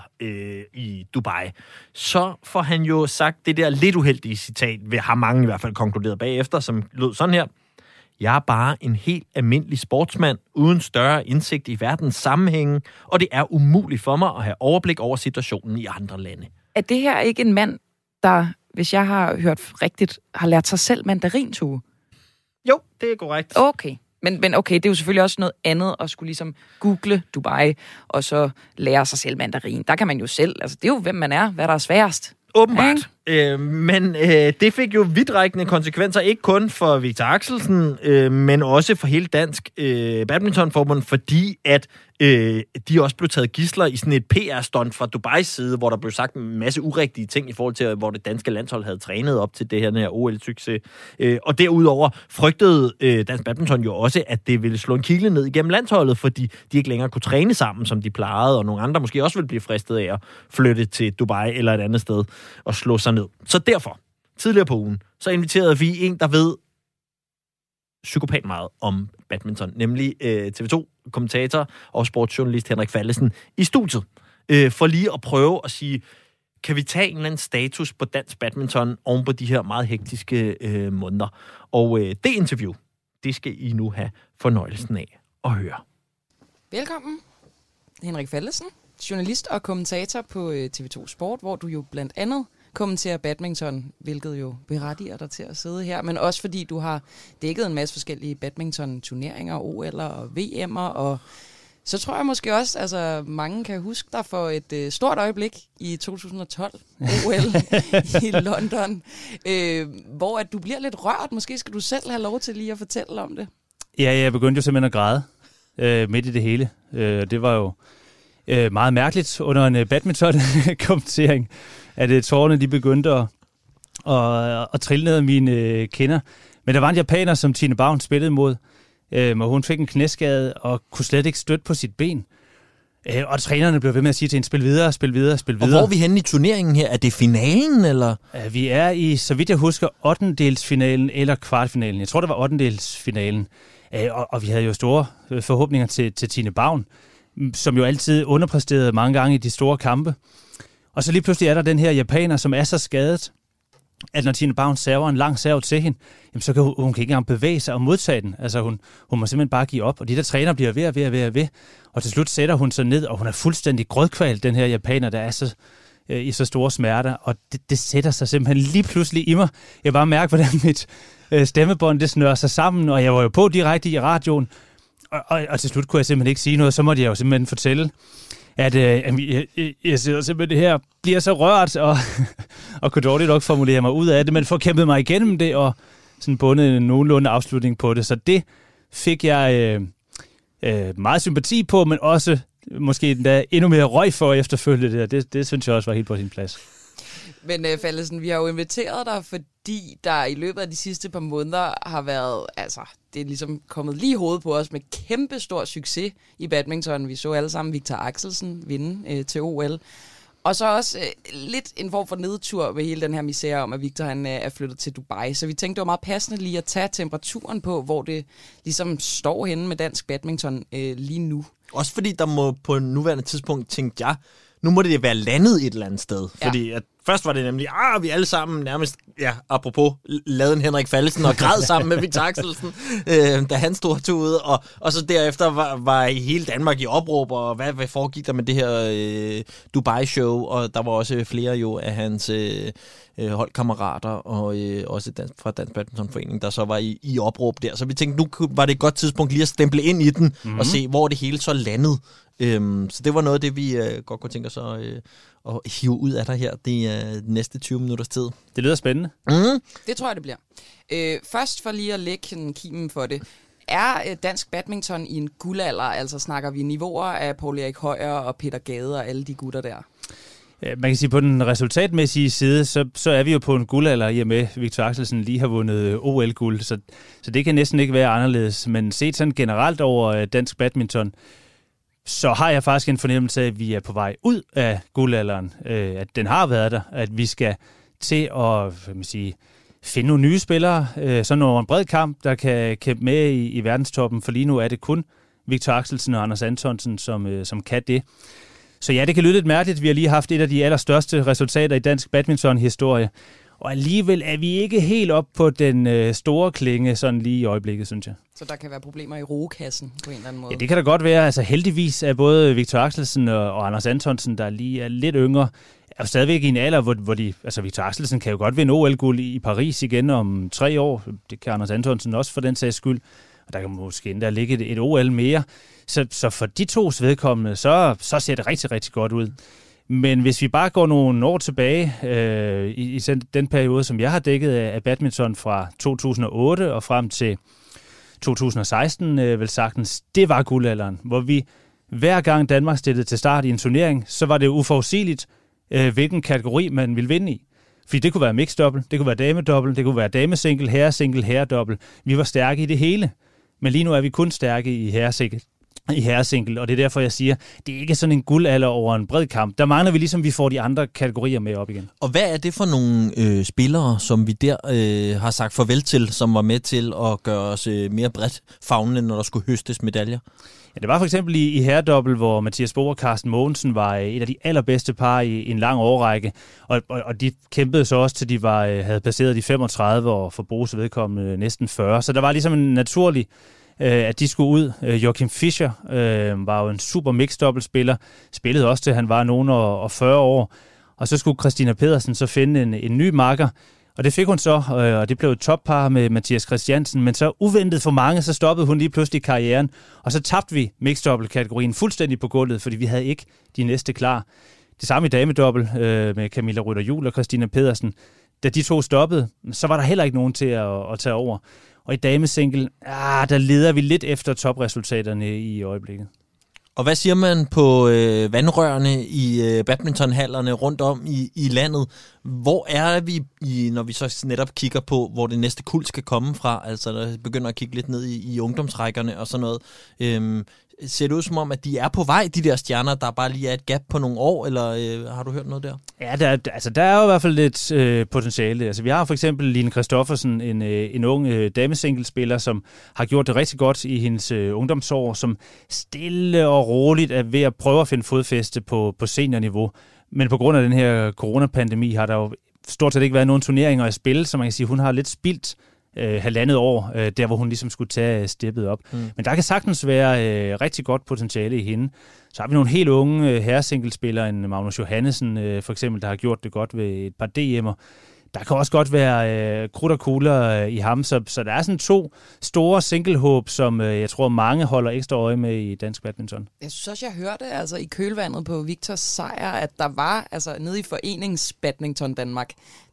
i Dubai, så får han jo sagt det der lidt uheldige citat, har mange i hvert fald konkluderet bagefter, som lød sådan her: jeg er bare en helt almindelig sportsmand, uden større indsigt i verdens sammenhænge, og det er umuligt for mig at have overblik over situationen i andre lande. Er det her ikke en mand, der, hvis jeg har hørt rigtigt, har lært sig selv mandarintue? Jo, det er korrekt. Okay. Men okay, det er jo selvfølgelig også noget andet at skulle ligesom google Dubai, og så lære sig selv mandarin. Der kan man jo selv, altså det er jo, hvem man er, hvad der er sværest. Åbenbart. Men det fik jo vidtrækkende konsekvenser, ikke kun for Victor Axelsen, men også for hele Dansk Badmintonforbund, fordi at de også blev taget gidsler i sådan et PR-stunt fra Dubais side, hvor der blev sagt en masse urigtige ting i forhold til, hvor det danske landshold havde trænet op til det her OL-succes. Og derudover frygtede Dansk Badminton jo også, at det ville slå en kile ned igennem landsholdet, fordi de ikke længere kunne træne sammen, som de plejede, og nogle andre måske også ville blive fristet af at flytte til Dubai eller et andet sted og slå sig ned. Så derfor, tidligere på ugen, så inviterede vi en, der ved psykopat meget om badminton, nemlig TV2-kommentator og sportsjournalist Henrik Fallesen i studiet, for lige at prøve at sige, kan vi tage en eller anden status på dansk badminton oven på de her meget hektiske måneder? Og det interview, det skal I nu have fornøjelsen af at høre. Velkommen, Henrik Fallesen, journalist og kommentator på TV2 Sport, hvor du jo blandt andet kommenterer badminton, hvilket jo berettiger dig til at sidde her, men også fordi du har dækket en masse forskellige badminton-turneringer, OL'er og VM'er, og så tror jeg måske også, altså mange kan huske dig for et stort øjeblik i 2012, OL i London, hvor at du bliver lidt rørt. Måske skal du selv have lov til lige at fortælle om det. Ja, jeg begyndte jo simpelthen at græde midt i det hele. Det var jo meget mærkeligt under en badminton-kommentering, at tårerne de begyndte at trille ned af mine kinder. Men der var en japaner, som Tine Bavn spillede mod, og hun fik en knæskade og kunne slet ikke støtte på sit ben. Og trænerne blev ved med at sige til hende, spil videre. Og hvor er vi henne i turneringen her? Er det finalen, eller? Vi er i, så vidt jeg husker, 8-delsfinalen eller kvartfinalen. Jeg tror, det var 8-delsfinalen. Og vi havde jo store forhåbninger til Tine Bavn, som jo altid underpræsterede mange gange i de store kampe. Og så lige pludselig er der den her japaner, som er så skadet, at når Tine Baun server en lang serve til hende, jamen, så kan hun kan ikke engang bevæge sig og modtage den. Altså hun må simpelthen bare give op, og de der træner bliver ved. Og til slut sætter hun sig ned, og hun er fuldstændig grødkvalt, den her japaner, der er så i så store smerter, og det sætter sig simpelthen lige pludselig i mig. Jeg bare mærker, hvordan mit stemmebånd, det snører sig sammen, og jeg var jo på direkte i radioen, og til slut kunne jeg simpelthen ikke sige noget, så måtte jeg jo simpelthen fortælle, at jeg sidder simpelthen her, bliver så rørt, og kunne dårligt nok formulere mig ud af det, men får kæmpet mig igennem det, og sådan bundet en nogenlunde afslutning på det. Så det fik jeg meget sympati på, men også måske endnu mere røg for efterfølgende. Det synes jeg også var helt på sin plads. Men Fallesen, vi har jo inviteret dig, fordi der i løbet af de sidste par måneder har været, altså, det er ligesom kommet lige i hovedet på os med kæmpe stor succes i badminton. Vi så alle sammen Victor Axelsen vinde til OL. Og så også lidt en form for nedtur ved hele den her misære om, at Victor han er flyttet til Dubai. Så vi tænkte, det var meget passende lige at tage temperaturen på, hvor det ligesom står henne med dansk badminton lige nu. Også fordi der må på nuværende tidspunkt, tænkte jeg, nu må det være landet et eller andet sted. Ja. Fordi at først var det nemlig, vi alle sammen nærmest, apropos, lavede en Henrik Fallesen og græd sammen med Victor Axelsen, da han stod herude. Og så derefter var hele Danmark i opråb, og hvad foregik der med det her Dubai-show? Og der var også flere jo af hans holdkammerater, og også fra Dansk Badmintonforening, der så var i opråb der. Så vi tænkte, nu var det et godt tidspunkt lige at stemple ind i den, og se, hvor det hele så landede. Så det var noget af det, vi godt kunne tænke os at hive ud af dig her de næste 20 minutters tid. Det lyder spændende. Det tror jeg, det bliver. Først for lige at lægge en kimen for det. Er dansk badminton i en guldalder? Altså snakker vi niveauer af Poul Erik Højer og Peter Gade og alle de gutter der? Man kan sige, på den resultatmæssige side, så er vi jo på en guldalder, i og med Victor Axelsen lige har vundet OL-guld. Så det kan næsten ikke være anderledes. Men set sådan generelt over dansk badminton, så har jeg faktisk en fornemmelse af, at vi er på vej ud af guldalderen. At den har været der. At vi skal til at finde nogle nye spillere. Sådan over en bred kamp, der kan kæmpe med i verdenstoppen. For lige nu er det kun Victor Axelsen og Anders Antonsen, som kan det. Så ja, det kan lyde lidt mærkeligt. Vi har lige haft et af de allerstørste resultater i dansk badminton-historie. Og alligevel er vi ikke helt op på den store klinge, sådan lige i øjeblikket, synes jeg. Så der kan være problemer i rogekassen på en eller anden måde? Ja, det kan da godt være. Altså heldigvis er både Victor Axelsen og Anders Antonsen, der lige er lidt yngre, er stadigvæk i en alder, hvor de... Altså Victor Axelsen kan jo godt vinde OL-guld i Paris igen om 3 år. Det kan Anders Antonsen også for den sags skyld. Og der kan måske endda ligge et OL mere. Så for de tos vedkommende, så ser det rigtig, rigtig godt ud. Men hvis vi bare går nogle år tilbage i den periode, som jeg har dækket af badminton fra 2008 og frem til 2016, vel sagtens, det var guldalderen, hvor vi hver gang Danmark stillede til start i en turnering, så var det uforudsigeligt, hvilken kategori man ville vinde i. Fordi det kunne være mixed-double, det kunne være damedobbel, det kunne være damesingle, herresingle, herredobbel. Vi var stærke i det hele, men lige nu er vi kun stærke i herresingle, og det er derfor, jeg siger, det er ikke sådan en guldalder over en bred kamp. Der mangler vi ligesom, vi får de andre kategorier med op igen. Og hvad er det for nogle spillere, som vi der har sagt farvel til, som var med til at gøre os mere bredt favnende, når der skulle høstes medaljer? Ja, det var for eksempel i herredobbel, hvor Mathias Bo og Carsten Mogensen var et af de allerbedste par i en lang årrække, og de kæmpede så også til de havde passeret de 35 og for Bo's vedkommende næsten 40. Så der var ligesom en naturlig at de skulle ud. Joachim Fischer var jo en super mixed-dobbeltspiller, spillede også til han var nogen og 40 år, og så skulle Christina Pedersen så finde en ny makker, og det fik hun så, og det blev et toppar med Mathias Christiansen, men så uventet for mange, så stoppede hun lige pludselig karrieren, og så tabte vi mixed-dobbelt-kategorien fuldstændig på gulvet, fordi vi havde ikke de næste klar. Det samme i damedobbelt med Camilla Rytter-Juhl og Christina Pedersen. Da de to stoppede, så var der heller ikke nogen til at tage over. Og i damesingle, der leder vi lidt efter topresultaterne i øjeblikket. Og hvad siger man på vandrørene i badmintonhallerne rundt om i landet? Hvor er vi, når vi så netop kigger på, hvor det næste kuld skal komme fra? Altså, der begynder at kigge lidt ned i ungdomsrækkerne og sådan noget. Ser det ud som om, at de er på vej, de der stjerner, der bare lige er et gap på nogle år, eller har du hørt noget der? Ja, der er jo i hvert fald lidt potentiale. Altså, vi har for eksempel Line Christoffersen, en ung damesinglespiller, som har gjort det rigtig godt i hendes ungdomsår, som stille og roligt er ved at prøve at finde fodfæste på seniorniveau. Men på grund af den her coronapandemi har der jo stort set ikke været nogen turneringer at spille, så man kan sige, hun har lidt spildt halvandet år, der hvor hun ligesom skulle tage steppet op. Men der kan sagtens være rigtig godt potentiale i hende. Så har vi nogle helt unge herresinglespillere, en Magnus Johannesen for eksempel, der har gjort det godt ved et par DM'er. Der kan også godt være krudt og kugler i ham, så der er sådan 2 store singlehåb, som jeg tror mange holder ekstra øje med i dansk badminton. Jeg synes også, jeg hørte altså i kølvandet på Victors sejr, at der var altså nede i Foreningsbadminton Danmark,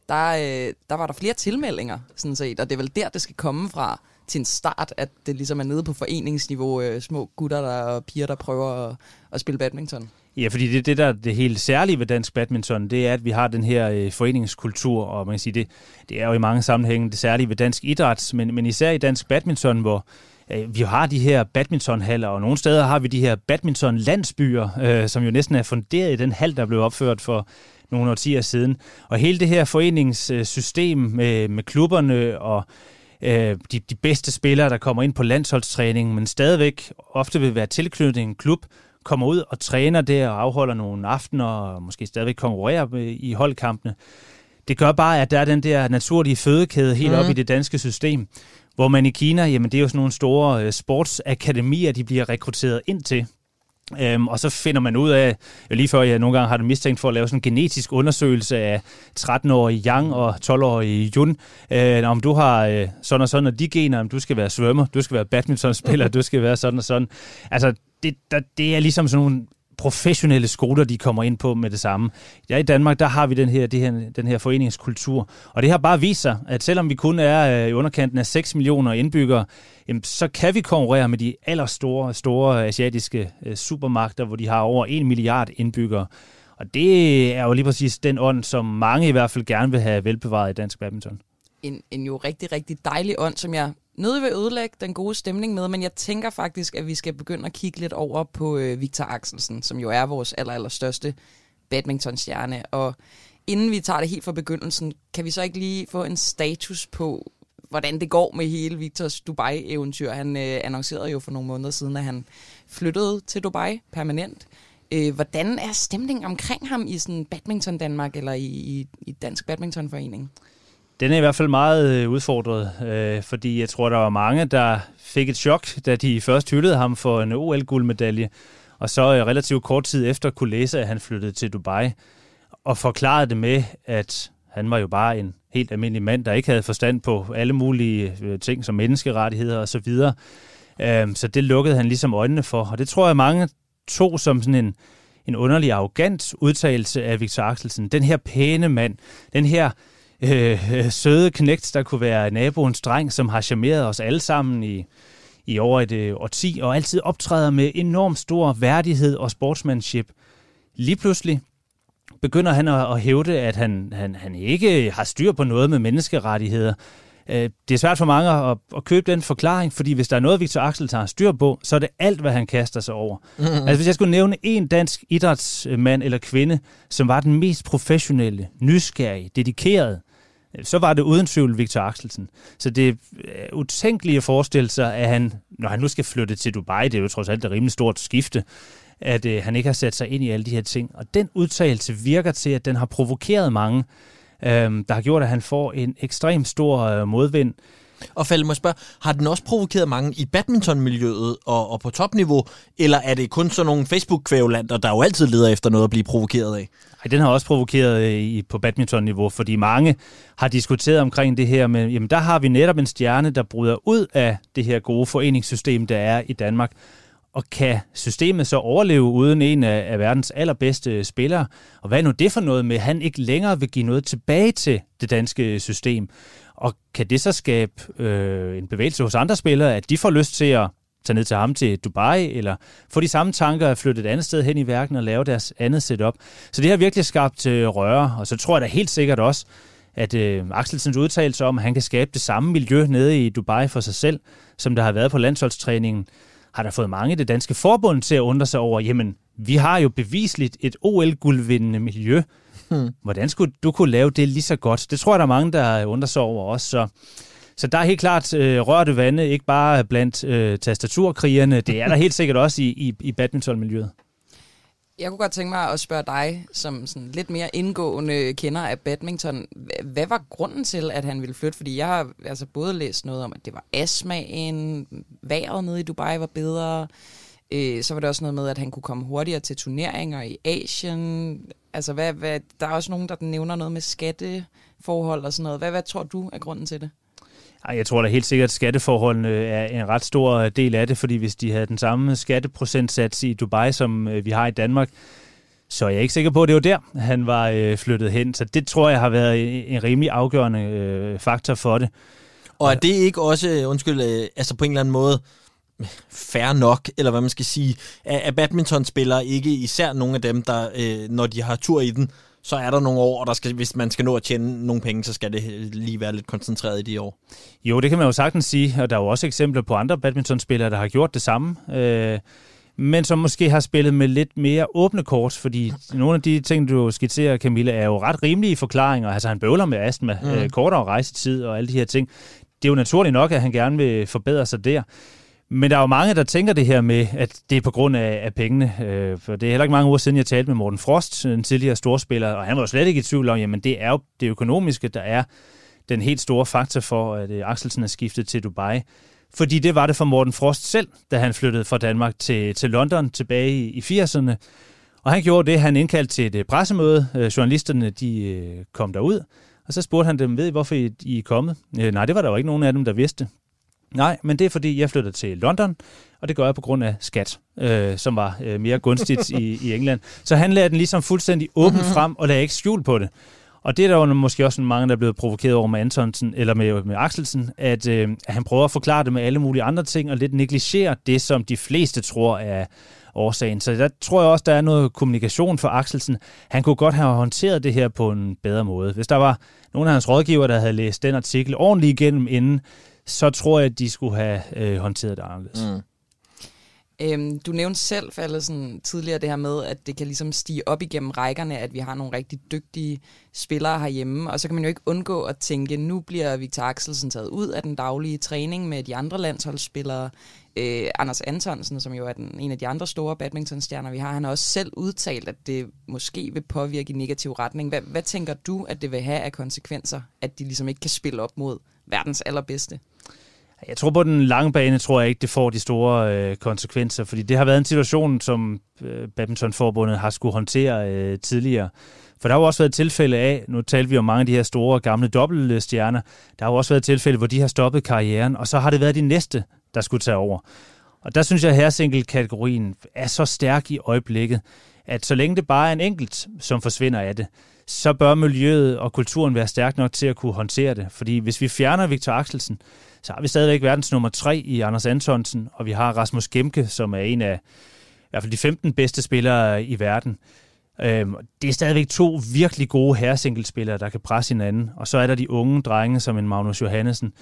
der var der flere tilmeldinger, sådan set, og det er vel der, det skal komme fra til en start, at det ligesom er nede på foreningsniveau, små gutter og piger, der prøver at spille badminton. Ja, fordi det der er det helt særlige ved dansk badminton, det er, at vi har den her foreningskultur, og man kan sige, det er jo i mange sammenhænge det særlige ved dansk idræt, men især i dansk badminton, hvor vi har de her badmintonhaller, og nogle steder har vi de her badmintonlandsbyer, som jo næsten er funderet i den hal, der blev opført for nogle årtier siden. Og hele det her foreningssystem med klubberne og de bedste spillere, der kommer ind på landsholdstræning, men stadigvæk ofte vil være tilknyttet en klub, kommer ud og træner der og afholder nogle aftener og måske stadigvæk konkurrerer i holdkampene. Det gør bare, at der er den der naturlige fødekæde helt op i det danske system, hvor man i Kina, jamen det er jo sådan nogle store sportsakademier, de bliver rekrutteret ind til. Og så finder man ud af, lige før jeg nogle gange har det mistænkt for at lave sådan en genetisk undersøgelse af 13-årige Yang og 12-årige Yun, om du har sådan og sådan og de gener, om du skal være svømmer, du skal være badmintonspiller, du skal være sådan og sådan. Altså det er ligesom sådan nogle professionelle skoler, de kommer ind på med det samme. Ja, i Danmark, der har vi den her foreningskultur, og det har bare vist sig, at selvom vi kun er i underkanten af 6 millioner indbyggere, så kan vi konkurrere med de store asiatiske supermagter, hvor de har over 1 milliard indbyggere. Og det er jo lige præcis den ånd, som mange i hvert fald gerne vil have velbevaret i dansk badminton. En jo rigtig, rigtig dejlig ånd, som jeg nødig vil ødelægge den gode stemning med, men jeg tænker faktisk, at vi skal begynde at kigge lidt over på Victor Axelsen, som jo er vores allerstørste badmintonstjerne. Og inden vi tager det helt fra begyndelsen, kan vi så ikke lige få en status på, hvordan det går med hele Victors Dubai-eventyr. Han annoncerede jo for nogle måneder siden, at han flyttede til Dubai permanent. Hvordan er stemningen omkring ham i sådan badminton Danmark eller i Dansk Badmintonforening? Den er i hvert fald meget udfordret, fordi jeg tror, der var mange, der fik et chok, da de først hyldede ham for en OL-guldmedalje, og så relativt kort tid efter kunne læse, at han flyttede til Dubai, og forklarede det med, at han var jo bare en helt almindelig mand, der ikke havde forstand på alle mulige ting som menneskerettigheder og så videre. Så det lukkede han ligesom øjnene for, og det tror jeg, mange tog som sådan en underlig arrogant udtalelse af Victor Axelsen. Den her pæne mand, den her søde knægt, der kunne være naboens dreng, som har charmeret os alle sammen i over et årti, og altid optræder med enormt stor værdighed og sportsmanship. Lige pludselig begynder han at hævde, at han ikke har styr på noget med menneskerettigheder. Det er svært for mange at købe den forklaring, fordi hvis der er noget, Victor Axelsen har styr på, så er det alt, hvad han kaster sig over. Altså hvis jeg skulle nævne en dansk idrætsmand eller kvinde, som var den mest professionelle, nysgerrige, dedikerede, så var det uden tvivl Victor Axelsen. Så det er utænkeligt at forestille sig, at han, når han nu skal flytte til Dubai, det er jo trods alt et rimelig stort skifte, at han ikke har sat sig ind i alle de her ting. Og den udtalelse virker til, at den har provokeret mange, der har gjort, at han får en ekstremt stor modvind. Og Falde, må jeg spørge, har den også provokeret mange i badmintonmiljøet og på topniveau, eller er det kun sådan nogle Facebook-kvævlanter, der jo altid leder efter noget at blive provokeret af? Nej, den har også provokeret på badmintonniveau, fordi mange har diskuteret omkring det her, men jamen, der har vi netop en stjerne, der bryder ud af det her gode foreningssystem, der er i Danmark. Og kan systemet så overleve uden en af verdens allerbedste spillere? Og hvad er nu det for noget med, at han ikke længere vil give noget tilbage til det danske system? Og kan det så skabe en bevægelse hos andre spillere, at de får lyst til at tage ned til ham til Dubai, eller få de samme tanker at flytte et andet sted hen i verden og lave deres andet setup? Så det har virkelig skabt røre, og så tror jeg da helt sikkert også, at Axelsens udtalelse om, at han kan skabe det samme miljø nede i Dubai for sig selv, som der har været på landsholdstræningen, har der fået mange i det danske forbund til at undre sig over, jamen, vi har jo bevisligt et OL-guldvindende miljø. Hvordan skulle du kunne lave det lige så godt? Det tror jeg, der er mange, der undrer sig over også. Så der er helt klart rørte vande, ikke bare blandt tastaturkrigerne. Det er der helt sikkert også i badmintonmiljøet. Jeg kunne godt tænke mig at spørge dig, som sådan lidt mere indgående kender af badminton. Hvad var grunden til, at han ville flytte? Fordi jeg har altså både læst noget om, at det var astmaen, vejret nede i Dubai var bedre. Så var det også noget med, at han kunne komme hurtigere til turneringer i Asien. Altså, der er også nogen, der nævner noget med skatteforhold og sådan noget. Hvad tror du er grunden til det? Jeg tror da helt sikkert, at skatteforholdene er en ret stor del af det, fordi hvis de havde den samme skatteprocentsats i Dubai, som vi har i Danmark, så er jeg ikke sikker på, at det var der, han var flyttet hen. Så det tror jeg har været en rimelig afgørende faktor for det. Og er det ikke også, altså på en eller anden måde, fair nok, eller hvad man skal sige, at badmintonspillere ikke især nogle af dem, der når de har tur i den, så er der nogle år, og hvis man skal nå at tjene nogle penge, så skal det lige være lidt koncentreret i de år. Jo, det kan man jo sagtens sige, og der er jo også eksempler på andre badmintonspillere, der har gjort det samme, men som måske har spillet med lidt mere åbne kort, fordi nogle af de ting, du skitserer, Camilla, er jo ret rimelige forklaringer. Altså han bøvler med astma, kortere rejsetid og alle de her ting. Det er jo naturligt nok, at han gerne vil forbedre sig der. Men der er jo mange, der tænker det her med, at det er på grund af pengene. For det er heller ikke mange uger siden, jeg talte med Morten Frost, en tidligere storspiller, og han var jo slet ikke i tvivl om, jamen det er jo det økonomiske, der er den helt store faktor for, at Axelsen er skiftet til Dubai. Fordi det var det for Morten Frost selv, da han flyttede fra Danmark til London tilbage i 80'erne. Og han gjorde det, han indkaldte til et pressemøde. Journalisterne, de kom derud, og så spurgte han dem, ved I, hvorfor I er kommet? Nej, det var der jo ikke nogen af dem, der vidste. Nej, men det er fordi, jeg flyttede til London, og det gør jeg på grund af skat, som var mere gunstigt i England. Så han lagde den ligesom fuldstændig åben frem, og lagde ikke skjul på det. Og det er der jo måske også mange, der er blevet provokeret over med Antonsen, eller med Axelsen, at han prøver at forklare det med alle mulige andre ting, og lidt negligerer det, som de fleste tror er årsagen. Så der tror jeg også, der er noget kommunikation for Axelsen. Han kunne godt have håndteret det her på en bedre måde. Hvis der var nogle af hans rådgivere, der havde læst den artikel ordentligt igennem inden, så tror jeg, at de skulle have håndteret det anderledes. Du nævnte selv, Fallesen, tidligere det her med, at det kan ligesom stige op igennem rækkerne, at vi har nogle rigtig dygtige spillere herhjemme, og så kan man jo ikke undgå at tænke, nu bliver Victor Axelsen taget ud af den daglige træning med de andre landsholdsspillere. Anders Antonsen, som jo er en af de andre store badmintonstjerner, vi har, han har også selv udtalt, at det måske vil påvirke i negativ retning. Hvad tænker du, at det vil have af konsekvenser, at de ligesom ikke kan spille op mod verdens allerbedste? Jeg tror på den lange bane, tror jeg ikke, det får de store konsekvenser, fordi det har været en situation, som Badmintonforbundet har skulle håndtere tidligere. For der har jo også været tilfælde af, nu talte vi om mange af de her store gamle dobbeltstjerner, der har jo også været tilfælde, hvor de har stoppet karrieren, og så har det været de næste, der skulle tage over. Og der synes jeg, at herresingle-kategorien er så stærk i øjeblikket, at så længe det bare er en enkelt, som forsvinder af det, så bør miljøet og kulturen være stærk nok til at kunne håndtere det. Fordi hvis vi fjerner Victor Axelsen, så har vi stadigvæk verdens nummer 3 i Anders Antonsen, og vi har Rasmus Gemke, som er en af i hvert fald de 15 bedste spillere i verden. Det er stadigvæk 2 virkelig gode herresinglespillere, der kan presse hinanden. Og så er der de unge drenge, som en Magnus Johannesen,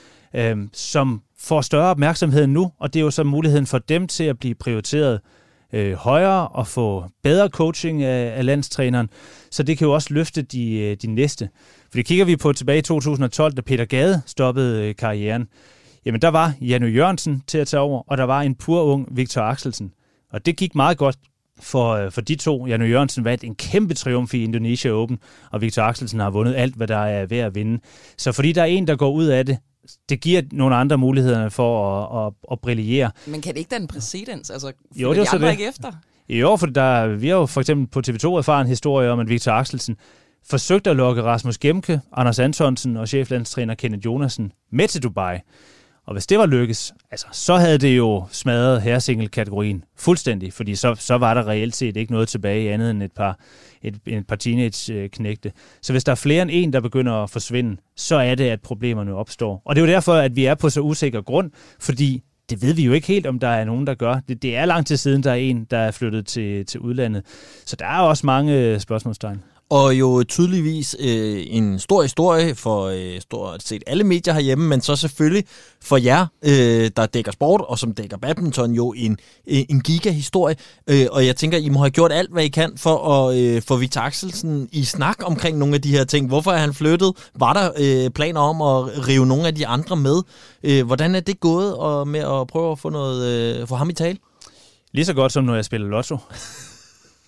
som får større opmærksomhed nu, og det er jo så muligheden for dem til at blive prioriteret højere og få bedre coaching af landstræneren, så det kan jo også løfte de næste. Fordi kigger vi på tilbage i 2012, da Peter Gade stoppede karrieren, jamen der var Janne Jørgensen til at tage over, og der var en pur ung Victor Axelsen. Og det gik meget godt for de to. Janne Jørgensen vandt en kæmpe triumf i Indonesia Open, og Victor Axelsen har vundet alt, hvad der er ved at vinde. Så fordi der er en, der går ud af det, det giver nogle andre muligheder for at brillere. Men kan det ikke danne præcedens? Altså, jo, det er de andre det. Ikke efter? Jo, for vi har jo for eksempel på TV2 erfaren en historie om, at Victor Axelsen forsøgte at lokke Rasmus Gemke, Anders Antonsen og cheflandstræner Kenneth Jonassen med til Dubai. Og hvis det var lykkes, altså, så havde det jo smadret herresingle-kategorien fuldstændig, fordi så var der reelt set ikke noget tilbage andet end et par teenage-knægte. Så hvis der er flere end en, der begynder at forsvinde, så er det, at problemerne opstår. Og det er jo derfor, at vi er på så usikker grund, fordi det ved vi jo ikke helt, om der er nogen, der gør. Det er lang tid siden, der er en, der er flyttet til udlandet. Så der er også mange spørgsmålstegn. Og jo tydeligvis en stor historie for stort set alle medier herhjemme, men så selvfølgelig for jer, der dækker sport og som dækker badminton, jo en gigahistorie. Og jeg tænker, I må have gjort alt, hvad I kan for at få Victor Axelsen i snak omkring nogle af de her ting. Hvorfor er han flyttet? Var der planer om at rive nogle af de andre med? Hvordan er det gået og med at prøve at få ham i tale? Lige så godt som når jeg spiller lotto.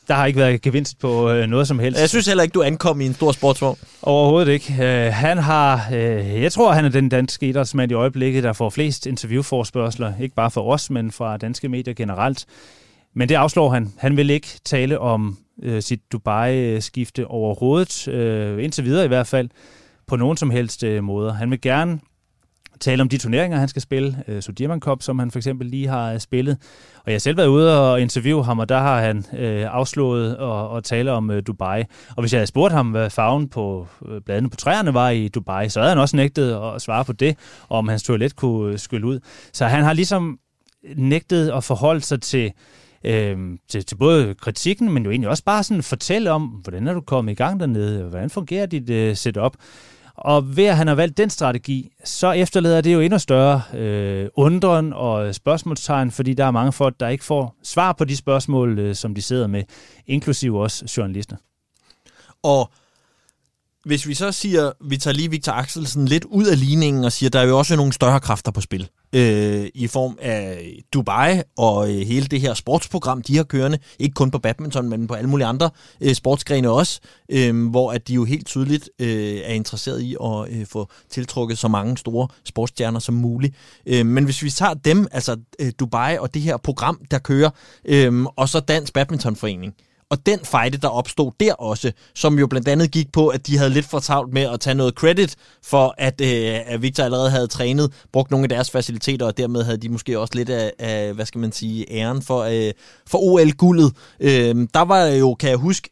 der har ikke været gevinst på noget som helst. Jeg synes heller ikke, du ankom i en stor sportsvogn. Overhovedet ikke. Han har, jeg tror, han er den danske idrætsmand i øjeblikket, der får flest interviewforspørgsler. Ikke bare for os, men fra danske medier generelt. Men det afslår han. Han vil ikke tale om sit Dubai-skifte overhovedet, indtil videre i hvert fald, på nogen som helst måder. Han vil gerne tale om de turneringer, han skal spille. Sudirman Cup, som han for eksempel lige har spillet. Og jeg har selv været ude og interviewe ham, og der har han afslået at tale om Dubai. Og hvis jeg havde spurgt ham, hvad farven på bladene på træerne var i Dubai, så havde han også nægtet at svare på det, og om hans toilet kunne skylle ud. Så han har ligesom nægtet at forholde sig til både kritikken, men jo egentlig også bare sådan fortælle om, hvordan er du kommet i gang dernede, hvordan fungerer dit setup. Og ved at han har valgt den strategi, så efterlader det jo endnu større undren og spørgsmålstegn, fordi der er mange folk, der ikke får svar på de spørgsmål, som de sidder med, inklusive også journalister. Og hvis vi så siger, vi tager lige Victor Axelsen lidt ud af ligningen og siger, der er jo også nogle større kræfter på spil. I form af Dubai og hele det her sportsprogram, de har kørende, ikke kun på badminton, men på alle mulige andre sportsgrene også, hvor at de jo helt tydeligt er interesseret i at få tiltrukket så mange store sportsstjerner som muligt. Men hvis vi tager dem, altså Dubai og det her program, der kører, og så Dansk Badmintonforening, og den fejde, der opstod der også, som jo blandt andet gik på, at de havde lidt for travlt med at tage noget credit for, at Victor allerede havde trænet, brugt nogle af deres faciliteter, og dermed havde de måske også lidt af hvad skal man sige, æren for OL-guldet. Der var jo, kan jeg huske,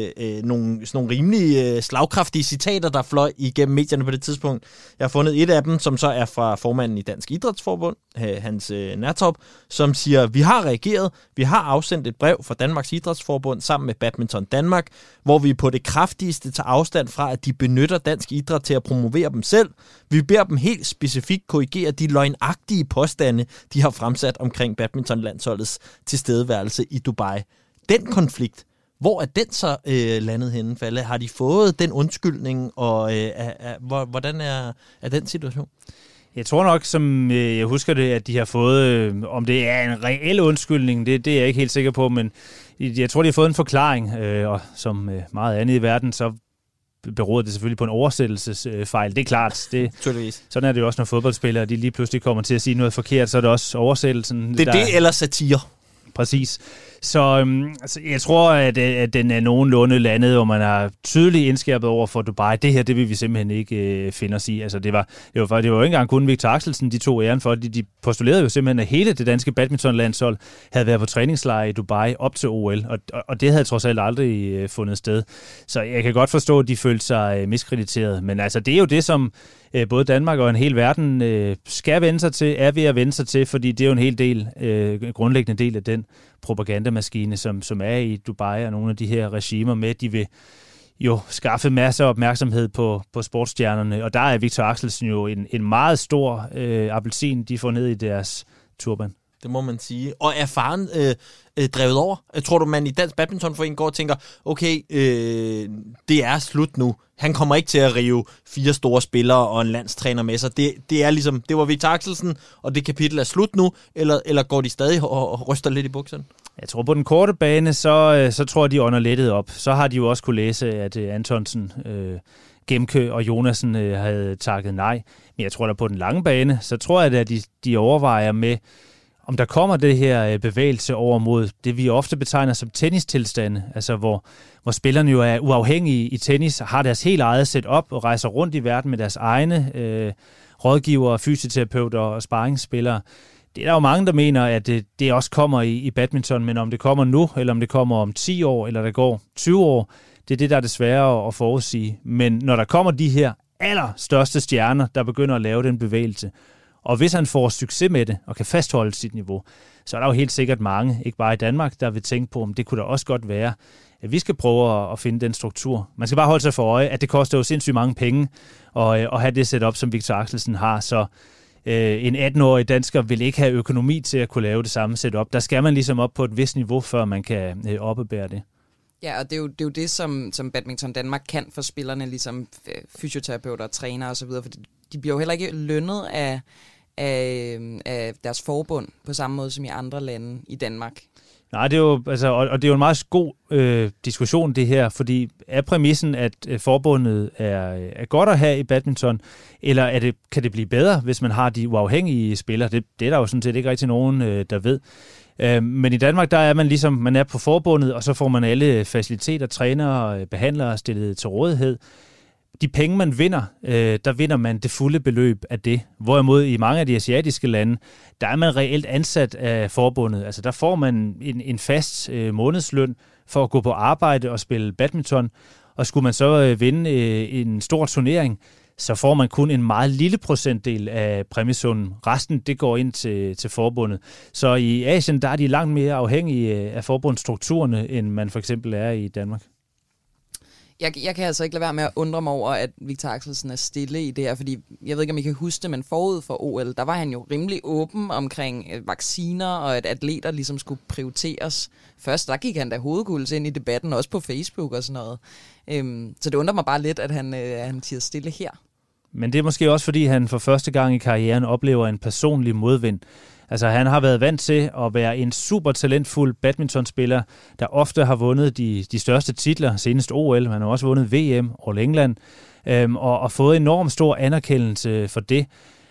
nogle rimelig slagkraftige citater, der fløj igennem medierne på det tidspunkt. Jeg har fundet et af dem, som så er fra formanden i Dansk Idrætsforbund, Hans Nærtop, som siger, vi har reageret, vi har afsendt et brev fra Danmarks Idrætsforbund sammen med Badminton Danmark, hvor vi på det kraftigste tager afstand fra, at de benytter dansk idræt til at promovere dem selv. Vi beder dem helt specifikt korrigere de løgnagtige påstande, de har fremsat omkring badmintonlandsholdets tilstedeværelse i Dubai. Den konflikt, hvor er den så landet henne, Falle? Har de fået den undskyldning, og hvordan er den situation? Jeg tror nok, som jeg husker det, at de har fået, om det er en reel undskyldning, det er jeg ikke helt sikker på, men jeg tror, de har fået en forklaring, og som meget andet i verden, så beror det selvfølgelig på en oversættelsesfejl. Det er klart. Sådan er det jo også, når fodboldspillere de lige pludselig kommer til at sige noget forkert, så er det også oversættelsen. Det er det eller satire. Præcis. Så jeg tror, at den er nogenlunde landet, hvor man er tydeligt indskærpet over for Dubai. Det her, det vil vi simpelthen ikke finde os i. Altså, det var jo ikke engang kun Victor Axelsen, de tog æren for. De postulerede jo simpelthen, at hele det danske badmintonlandshold havde været på træningslejr i Dubai op til OL, og det havde trods alt aldrig fundet sted. Så jeg kan godt forstå, at de følte sig miskrediteret. Men altså, det er jo det, som både Danmark og en hel verden skal vende sig til, er ved at vende sig til, fordi det er jo en hel del, grundlæggende del af den propagandamaskine, som er i Dubai, og nogle af de her regimer med, de vil jo skaffe masser af opmærksomhed på sportsstjernerne, og der er Victor Axelsen jo en meget stor appelsin, de får ned i deres turban. Det må man sige. Og er faren drevet over? Tror du, man i Dansk Badmintonforening går og tænker, okay, det er slut nu. Han kommer ikke til at rive 4 store spillere og en landstræner med sig. Det er ligesom, det var Victor Axelsen, og det kapitel er slut nu, eller går de stadig og ryster lidt i bukserne? Jeg tror, på den korte bane, så tror jeg, de ånder lettet op. Så har de jo også kunne læse, at Antonsen, Gemke og Jonasen havde takket nej. Men jeg tror, at på den lange bane, så tror jeg, at de overvejer med, om der kommer det her bevægelse over mod det, vi ofte betegner som tennistilstande, altså hvor spillerne jo er uafhængige i tennis, har deres helt eget setup og rejser rundt i verden med deres egne rådgivere, fysioterapeuter og sparringsspillere. Det er der jo mange, der mener, at det også kommer i badminton, men om det kommer nu, eller om det kommer om 10 år, eller der går 20 år, det er det, der er det svære at forudsige. Men når der kommer de her allerstørste stjerner, der begynder at lave den bevægelse, og hvis han får succes med det, og kan fastholde sit niveau, så er der jo helt sikkert mange, ikke bare i Danmark, der vil tænke på, om det kunne da også godt være, at vi skal prøve at finde den struktur. Man skal bare holde sig for øje, at det koster jo sindssygt mange penge at have det setup, som Victor Axelsen har, så en 18-årig dansker vil ikke have økonomi til at kunne lave det samme setup. Der skal man ligesom op på et vist niveau, før man kan oppebære det. Ja, og det er jo det, som Badminton Danmark kan for spillerne, ligesom fysioterapeuter, trænere osv., for de bliver jo heller ikke lønnet af deres forbund på samme måde som i andre lande i Danmark. Nej, det er jo, altså, og det er jo en meget god diskussion, det her, fordi er præmissen, at forbundet er godt at have i badminton, eller kan det blive bedre, hvis man har de uafhængige spillere? Det er der jo sådan set ikke rigtig nogen, der ved. Men i Danmark, der er man ligesom, man er på forbundet, og så får man alle faciliteter, trænere, behandlere stillet til rådighed. De penge, man vinder, der vinder man det fulde beløb af det. Hvorimod i mange af de asiatiske lande, der er man reelt ansat af forbundet. Altså der får man en fast månedsløn for at gå på arbejde og spille badminton. Og skulle man så vinde en stor turnering, så får man kun en meget lille procentdel af præmiesummen. Resten, det går ind til forbundet. Så i Asien, der er de langt mere afhængige af forbundsstrukturerne, end man for eksempel er i Danmark. Jeg kan altså ikke lade være med at undre mig over, at Viktor Axelsen er stille i det her, fordi jeg ved ikke, om I kan huske det, men forud for OL, der var han jo rimelig åben omkring vacciner, og at atleter ligesom skulle prioriteres. Først, der gik han da hovedguls ind i debatten, også på Facebook og sådan noget. Så det undrer mig bare lidt, at han tiger stille her. Men det er måske også, fordi han for første gang i karrieren oplever en personlig modvind. Altså, han har været vant til at være en super talentfuld badmintonspiller, der ofte har vundet de største titler, senest OL. Han har også vundet VM, All England, og fået enormt stor anerkendelse for det.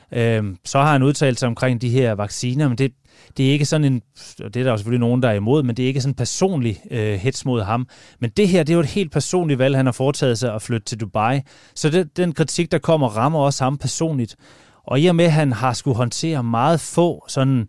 Så har han udtalt sig omkring de her vacciner, men det er ikke sådan en, og det er der jo selvfølgelig nogen, der er imod, men det er ikke sådan en personlig hets mod ham. Men det her, det er jo et helt personligt valg, han har foretaget sig at flytte til Dubai. Så den kritik, der kommer, rammer også ham personligt. Og i og med, at han har skulle håndtere meget få sådan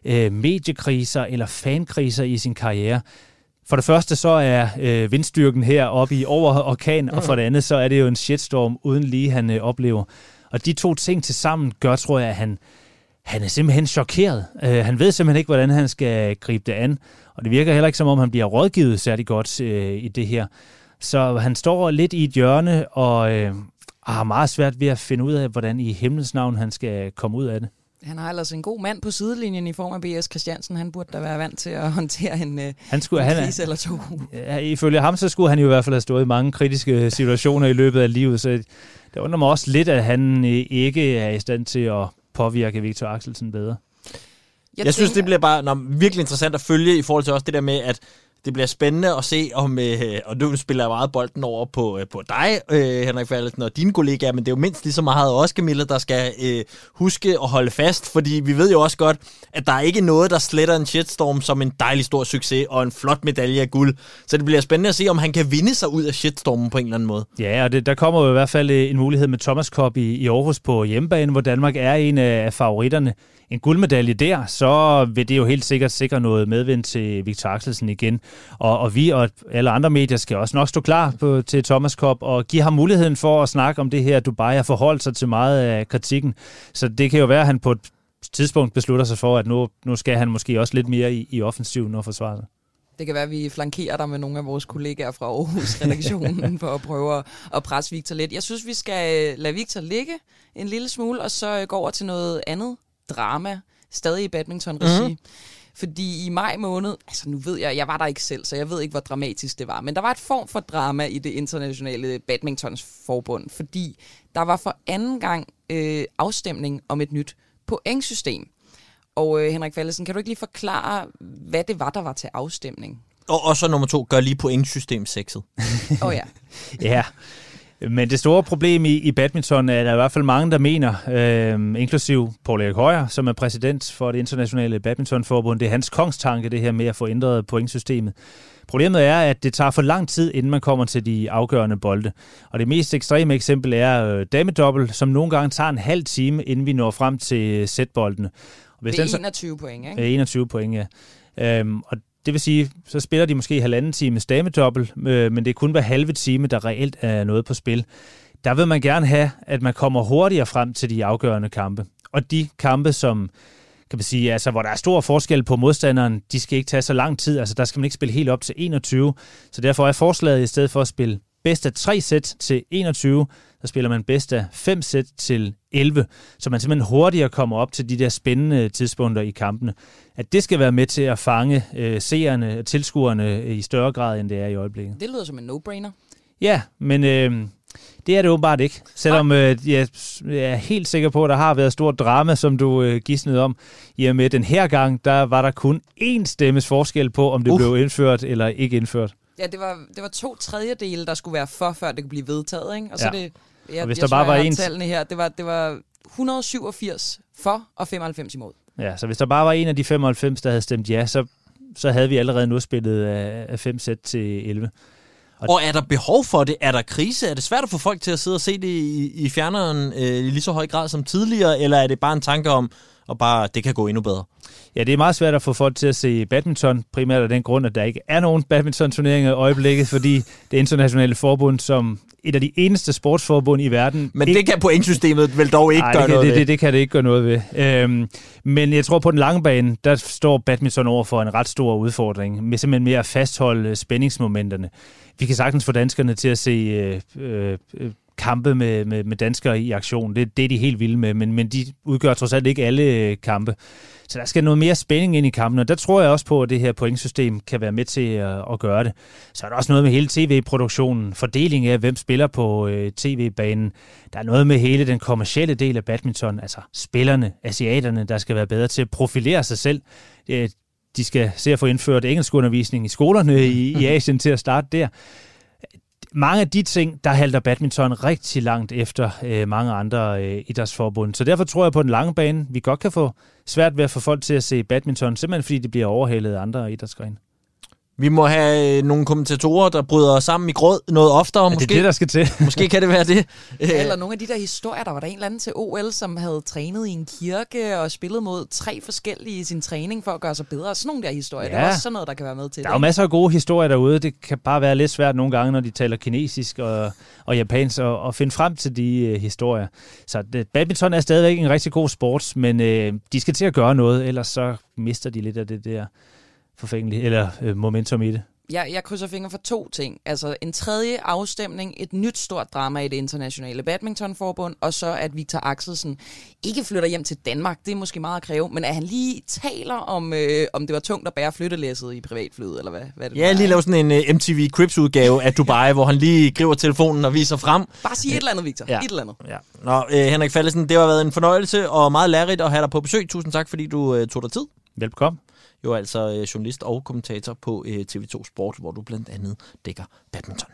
mediekriser eller fankriser i sin karriere. For det første så er vindstyrken her oppe i over orkan, og for det andet så er det jo en shitstorm uden lige, han oplever. Og de to ting til sammen gør, tror jeg, at han er simpelthen chokeret. Han ved simpelthen ikke, hvordan han skal gribe det an. Og det virker heller ikke, som om han bliver rådgivet særlig godt i det her. Så han står lidt i et hjørne og har meget svært ved at finde ud af, hvordan i himlens navn han skal komme ud af det. Han har ellers en god mand på sidelinjen i form af B.S. Christiansen. Han burde da være vant til at håndtere en krise eller to. Ja, ifølge ham, så skulle han jo i hvert fald have stået i mange kritiske situationer i løbet af livet. Så det undrer mig også lidt, at han ikke er i stand til at påvirke Viktor Axelsen bedre. Jeg synes, det bliver bare virkelig interessant at følge i forhold til også det der med, at det bliver spændende at se, om, og nu spiller jeg meget bolden over på dig, Henrik Fallesen, og dine kollegaer, men det er jo mindst lige så meget også Camilla, der skal huske at holde fast, fordi vi ved jo også godt, at der er ikke noget, der sletter en shitstorm som en dejlig stor succes og en flot medalje af guld. Så det bliver spændende at se, om han kan vinde sig ud af shitstormen på en eller anden måde. Ja, og der kommer jo i hvert fald en mulighed med Thomas Cup i Aarhus på hjemmebane, hvor Danmark er en af favoritterne. En guldmedalje der, så vil det jo helt sikkert sikre noget medvind til Viktor Axelsen igen. Og vi og alle andre medier skal også nok stå klar til Thomas Cup og give ham muligheden for at snakke om det her. Dubai har forholdt sig til meget af kritikken. Så det kan jo være, at han på et tidspunkt beslutter sig for, at nu skal han måske også lidt mere i offensiven og forsvare sig. Det kan være, at vi flankerer dig med nogle af vores kollegaer fra Aarhus-redaktionen for at prøve at presse Viktor lidt. Jeg synes, vi skal lade Viktor ligge en lille smule, og så gå over til noget andet drama, stadig i badminton-regi. Mm-hmm. Fordi i maj måned, altså nu ved jeg var der ikke selv, så jeg ved ikke, hvor dramatisk det var, men der var et form for drama i det internationale badmintonsforbund, fordi der var for anden gang afstemning om et nyt pointsystem. Og Henrik Fallesen, kan du ikke lige forklare, hvad det var, der var til afstemning? Og så nummer 2, gør lige pointsystem sexet. Ja. Ja. Men det store problem i badminton er der i hvert fald mange, der mener, inklusiv Poul Erik Højer, som er præsident for det internationale badmintonforbund. Det er hans kongstanke, det her med at få ændret pointsystemet. Problemet er, at det tager for lang tid, inden man kommer til de afgørende bolde. Og det mest ekstreme eksempel er damedobbelt, som nogle gange tager en halv time, inden vi når frem til sætboldene. Det er 21 point, ikke? 21 point, ja. Og det vil sige, så spiller de måske 1,5 times damedobbelt, men det er kun hver halve time, der reelt er noget på spil. Der vil man gerne have, at man kommer hurtigere frem til de afgørende kampe. Og de kampe, som kan man sige, altså, hvor der er stor forskel på modstanderen, de skal ikke tage så lang tid. Altså, der skal man ikke spille helt op til 21. Så derfor er forslaget, i stedet for at spille bedst af 3 sæt til 21, så spiller man bedst af 5 sæt til 11, så man simpelthen hurtigere kommer op til de der spændende tidspunkter i kampene. At det skal være med til at fange seerne, tilskuerne i større grad, end det er i øjeblikket. Det lyder som en no-brainer. Ja, men Det er det åbenbart ikke. Selvom jeg er helt sikker på, at der har været stort drama, som du gidsnede om. I og med den her gang, der var der kun én stemmes forskel på, om det blev indført eller ikke indført. Ja, det var 2/3, der skulle være for, før det kunne blive vedtaget, ikke? Og så det... Og hvis der bare var en... tallene her, det var 187 for og 95 imod. Ja, så hvis der bare var en af de 95, der havde stemt ja, så havde vi allerede nu spillet af 5 sæt til 11. Og er der behov for det? Er der krise? Er det svært at få folk til at sidde og se det i fjerneren i lige så høj grad som tidligere? Eller er det bare en tanke om, at bare det kan gå endnu bedre? Ja, det er meget svært at få folk til at se badminton, primært af den grund, at der ikke er nogen badminton-turneringer i øjeblikket, fordi det internationale forbund, som et af de eneste sportsforbund i verden... Men det kan pointsystemet vel dog ikke gøre noget ved? Det kan det ikke gøre noget ved. Men jeg tror, på den lange bane, der står badminton over for en ret stor udfordring, med simpelthen mere at fastholde spændingsmomenterne. Vi kan sagtens få danskerne til at se kampe med danskere i aktion. Det er de helt vilde med, men de udgør trods alt ikke alle kampe. Så der skal noget mere spænding ind i kampen, og der tror jeg også på, at det her pointsystem kan være med til at gøre det. Så er der også noget med hele tv-produktionen, fordelingen af, hvem spiller på tv-banen. Der er noget med hele den kommercielle del af badminton, altså spillerne, asiaterne, der skal være bedre til at profilere sig selv. De skal se at få indført engelskundervisning i skolerne i Asien til at starte der. Mange af de ting, der halter badminton rigtig langt efter mange andre idrætsforbund. Så derfor tror jeg på den lange bane, vi godt kan få svært ved at få folk til at se badminton, simpelthen fordi det bliver overhalet af andre idrætsgrene. Vi må have nogle kommentatorer, der bryder sammen i gråd noget oftere. Måske. Det er det, der skal til. Måske kan det være det. Eller nogle af de der historier, der var der en eller anden til OL, som havde trænet i en kirke og spillet mod 3 forskellige i sin træning for at gøre sig bedre. Sådan nogle der historier, det er også sådan noget, der kan være med til. Der er jo masser af gode historier derude. Det kan bare være lidt svært nogle gange, når de taler kinesisk og japansk, og finde frem til de historier. Så badminton er stadigvæk en rigtig god sport, men de skal til at gøre noget, ellers så mister de lidt af det der momentum i det. Jeg krydser fingre for 2 ting. Altså en tredje afstemning, et nyt stort drama i det internationale badmintonforbund, og så at Victor Axelsen ikke flytter hjem til Danmark. Det er måske meget at kræve, men at han lige taler om det var tungt at bære flyttelæsset i privatflyet, eller hvad det var. Ja, lige lave sådan en MTV Cribs-udgave af Dubai, hvor han lige griber telefonen og viser frem. Bare sige et eller andet, Victor. Et eller andet. Ja. Nå, Henrik Fallesen, det har været en fornøjelse og meget lærerigt at have dig på besøg. Tusind tak, fordi du tog dig tid. Velbekomme. Jo, altså journalist og kommentator på TV2 Sport, hvor du blandt andet dækker badminton.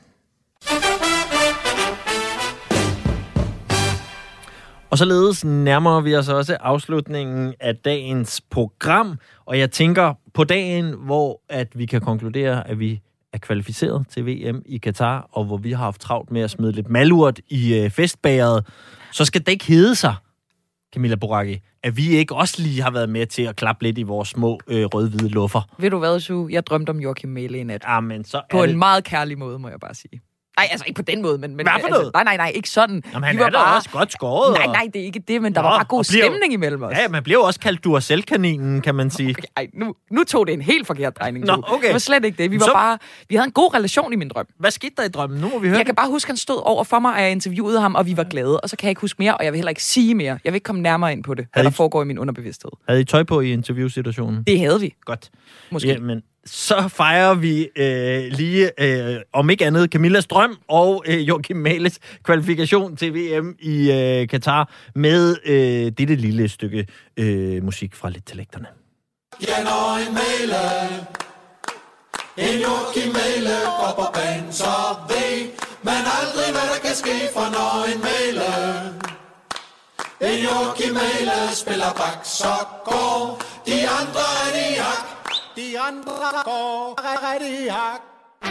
Og således nærmer vi os også afslutningen af dagens program, og jeg tænker på dagen, hvor at vi kan konkludere, at vi er kvalificeret til VM i Katar, og hvor vi har haft travlt med at smide lidt malurt i festbageret, så skal det ikke hedde sig, Camilla Boracchi, at vi ikke også lige har været med til at klappe lidt i vores små rød-hvide luffer. Ved du hvad, Su? Jeg drømte om Joachim Mæhle i nat. Amen, så på en meget kærlig måde, må jeg bare sige. Nej, altså ikke på den måde, men hvad for noget? Altså, nej, ikke sådan. Jamen, han er da også godt skåret. Nej, det er ikke det, men der var bare god stemning imellem os. Ja, man bliver jo også kaldt Duracell-kaninen, kan man sige. Okay, nu tog det en helt forkert drejning. Nå, okay. Det var slet ikke det. Vi havde en god relation i min drøm. Hvad skete der i drømmen? Nu må vi høre. Jeg kan bare huske, han stod over for mig, og jeg interviewede ham, og vi var glade. Og så kan jeg ikke huske mere, og jeg vil heller ikke sige mere. Jeg vil ikke komme nærmere ind på det, hvad der foregår i min underbevidsthed. Havde I tøj på i interviewsituationen? Det havde vi. Godt. Måske. Jamen, så fejrer vi lige, om ikke andet, Camillas drøm og Joachim Mæhles kvalifikation til VM i Katar med dette lille stykke musik fra Lidt Talenterne. Ja, når en Mæhle, en Joachim Mæhle går på banen, så ved man aldrig, hvad der kan ske, for når en Mæhle, en Joachim Mæhle spiller bak, så går de andre i hak. De andre går rigtig hak.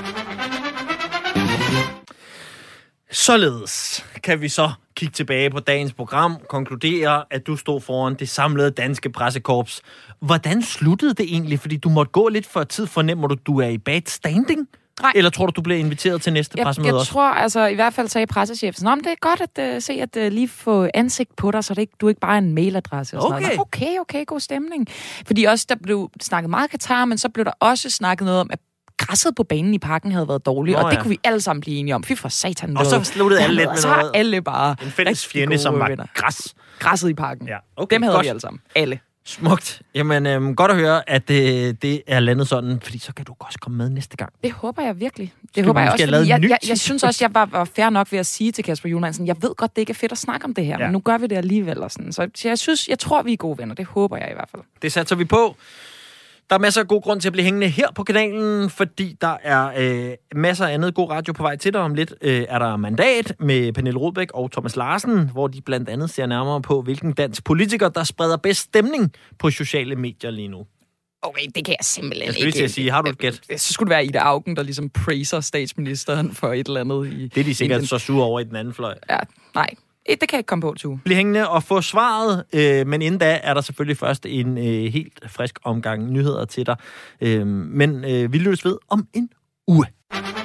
Således kan vi så kigge tilbage på dagens program, konkludere, at du stod foran det samlede danske pressekorps. Hvordan sluttede det egentlig? Fordi du måtte gå lidt for tid, fornemmer du er i bad standing? Nej. Eller tror du bliver inviteret til næste pressemøde også? Jeg tror, altså i hvert fald sagde pressechefen, det er godt at se, at lige få ansigt på dig, så du ikke bare er en mailadresse. Og sådan noget. Okay, god stemning. Fordi også der blev snakket meget Katar, men så blev der også snakket noget om, at græsset på banen i parken havde været dårligt, og det kunne vi alle sammen blive enige om. Fy for satan. Og så sluttede alle lidt med noget. Så alle bare en fælles fjende, som var græs. Græsset i parken. Ja, okay, dem havde vi alle sammen. Alle. Smukt. Jamen, godt at høre, at det er landet sådan, fordi så kan du også komme med næste gang. Det håber jeg virkelig. Det håber jeg også, fordi jeg synes også, jeg var fair nok ved at sige til Kasper Hjulmand, jeg ved godt, det ikke er fedt at snakke om det her, men nu gør vi det alligevel. Og sådan. Så jeg tror, vi er gode venner. Det håber jeg i hvert fald. Det satser vi på. Der er masser af god grund til at blive hængende her på kanalen, fordi der er masser af andet god radio på vej til dig. Om lidt er der Mandat med Pernille Rodbæk og Thomas Larsen, hvor de blandt andet ser nærmere på, hvilken dansk politiker, der spreder bedst stemning på sociale medier lige nu. Okay, det kan jeg simpelthen ikke. Jeg skulle sige, har du et gæt? Så skulle det være Ida Auken, der ligesom praiser statsministeren for et eller andet. Det er de sikkert så sure over i den anden fløj. Ja, nej. Det kan jeg ikke komme på, Tue. Bliv hængende og få svaret, men inden da er der selvfølgelig først en helt frisk omgang nyheder til dig. Men vi lyttes ved om en uge.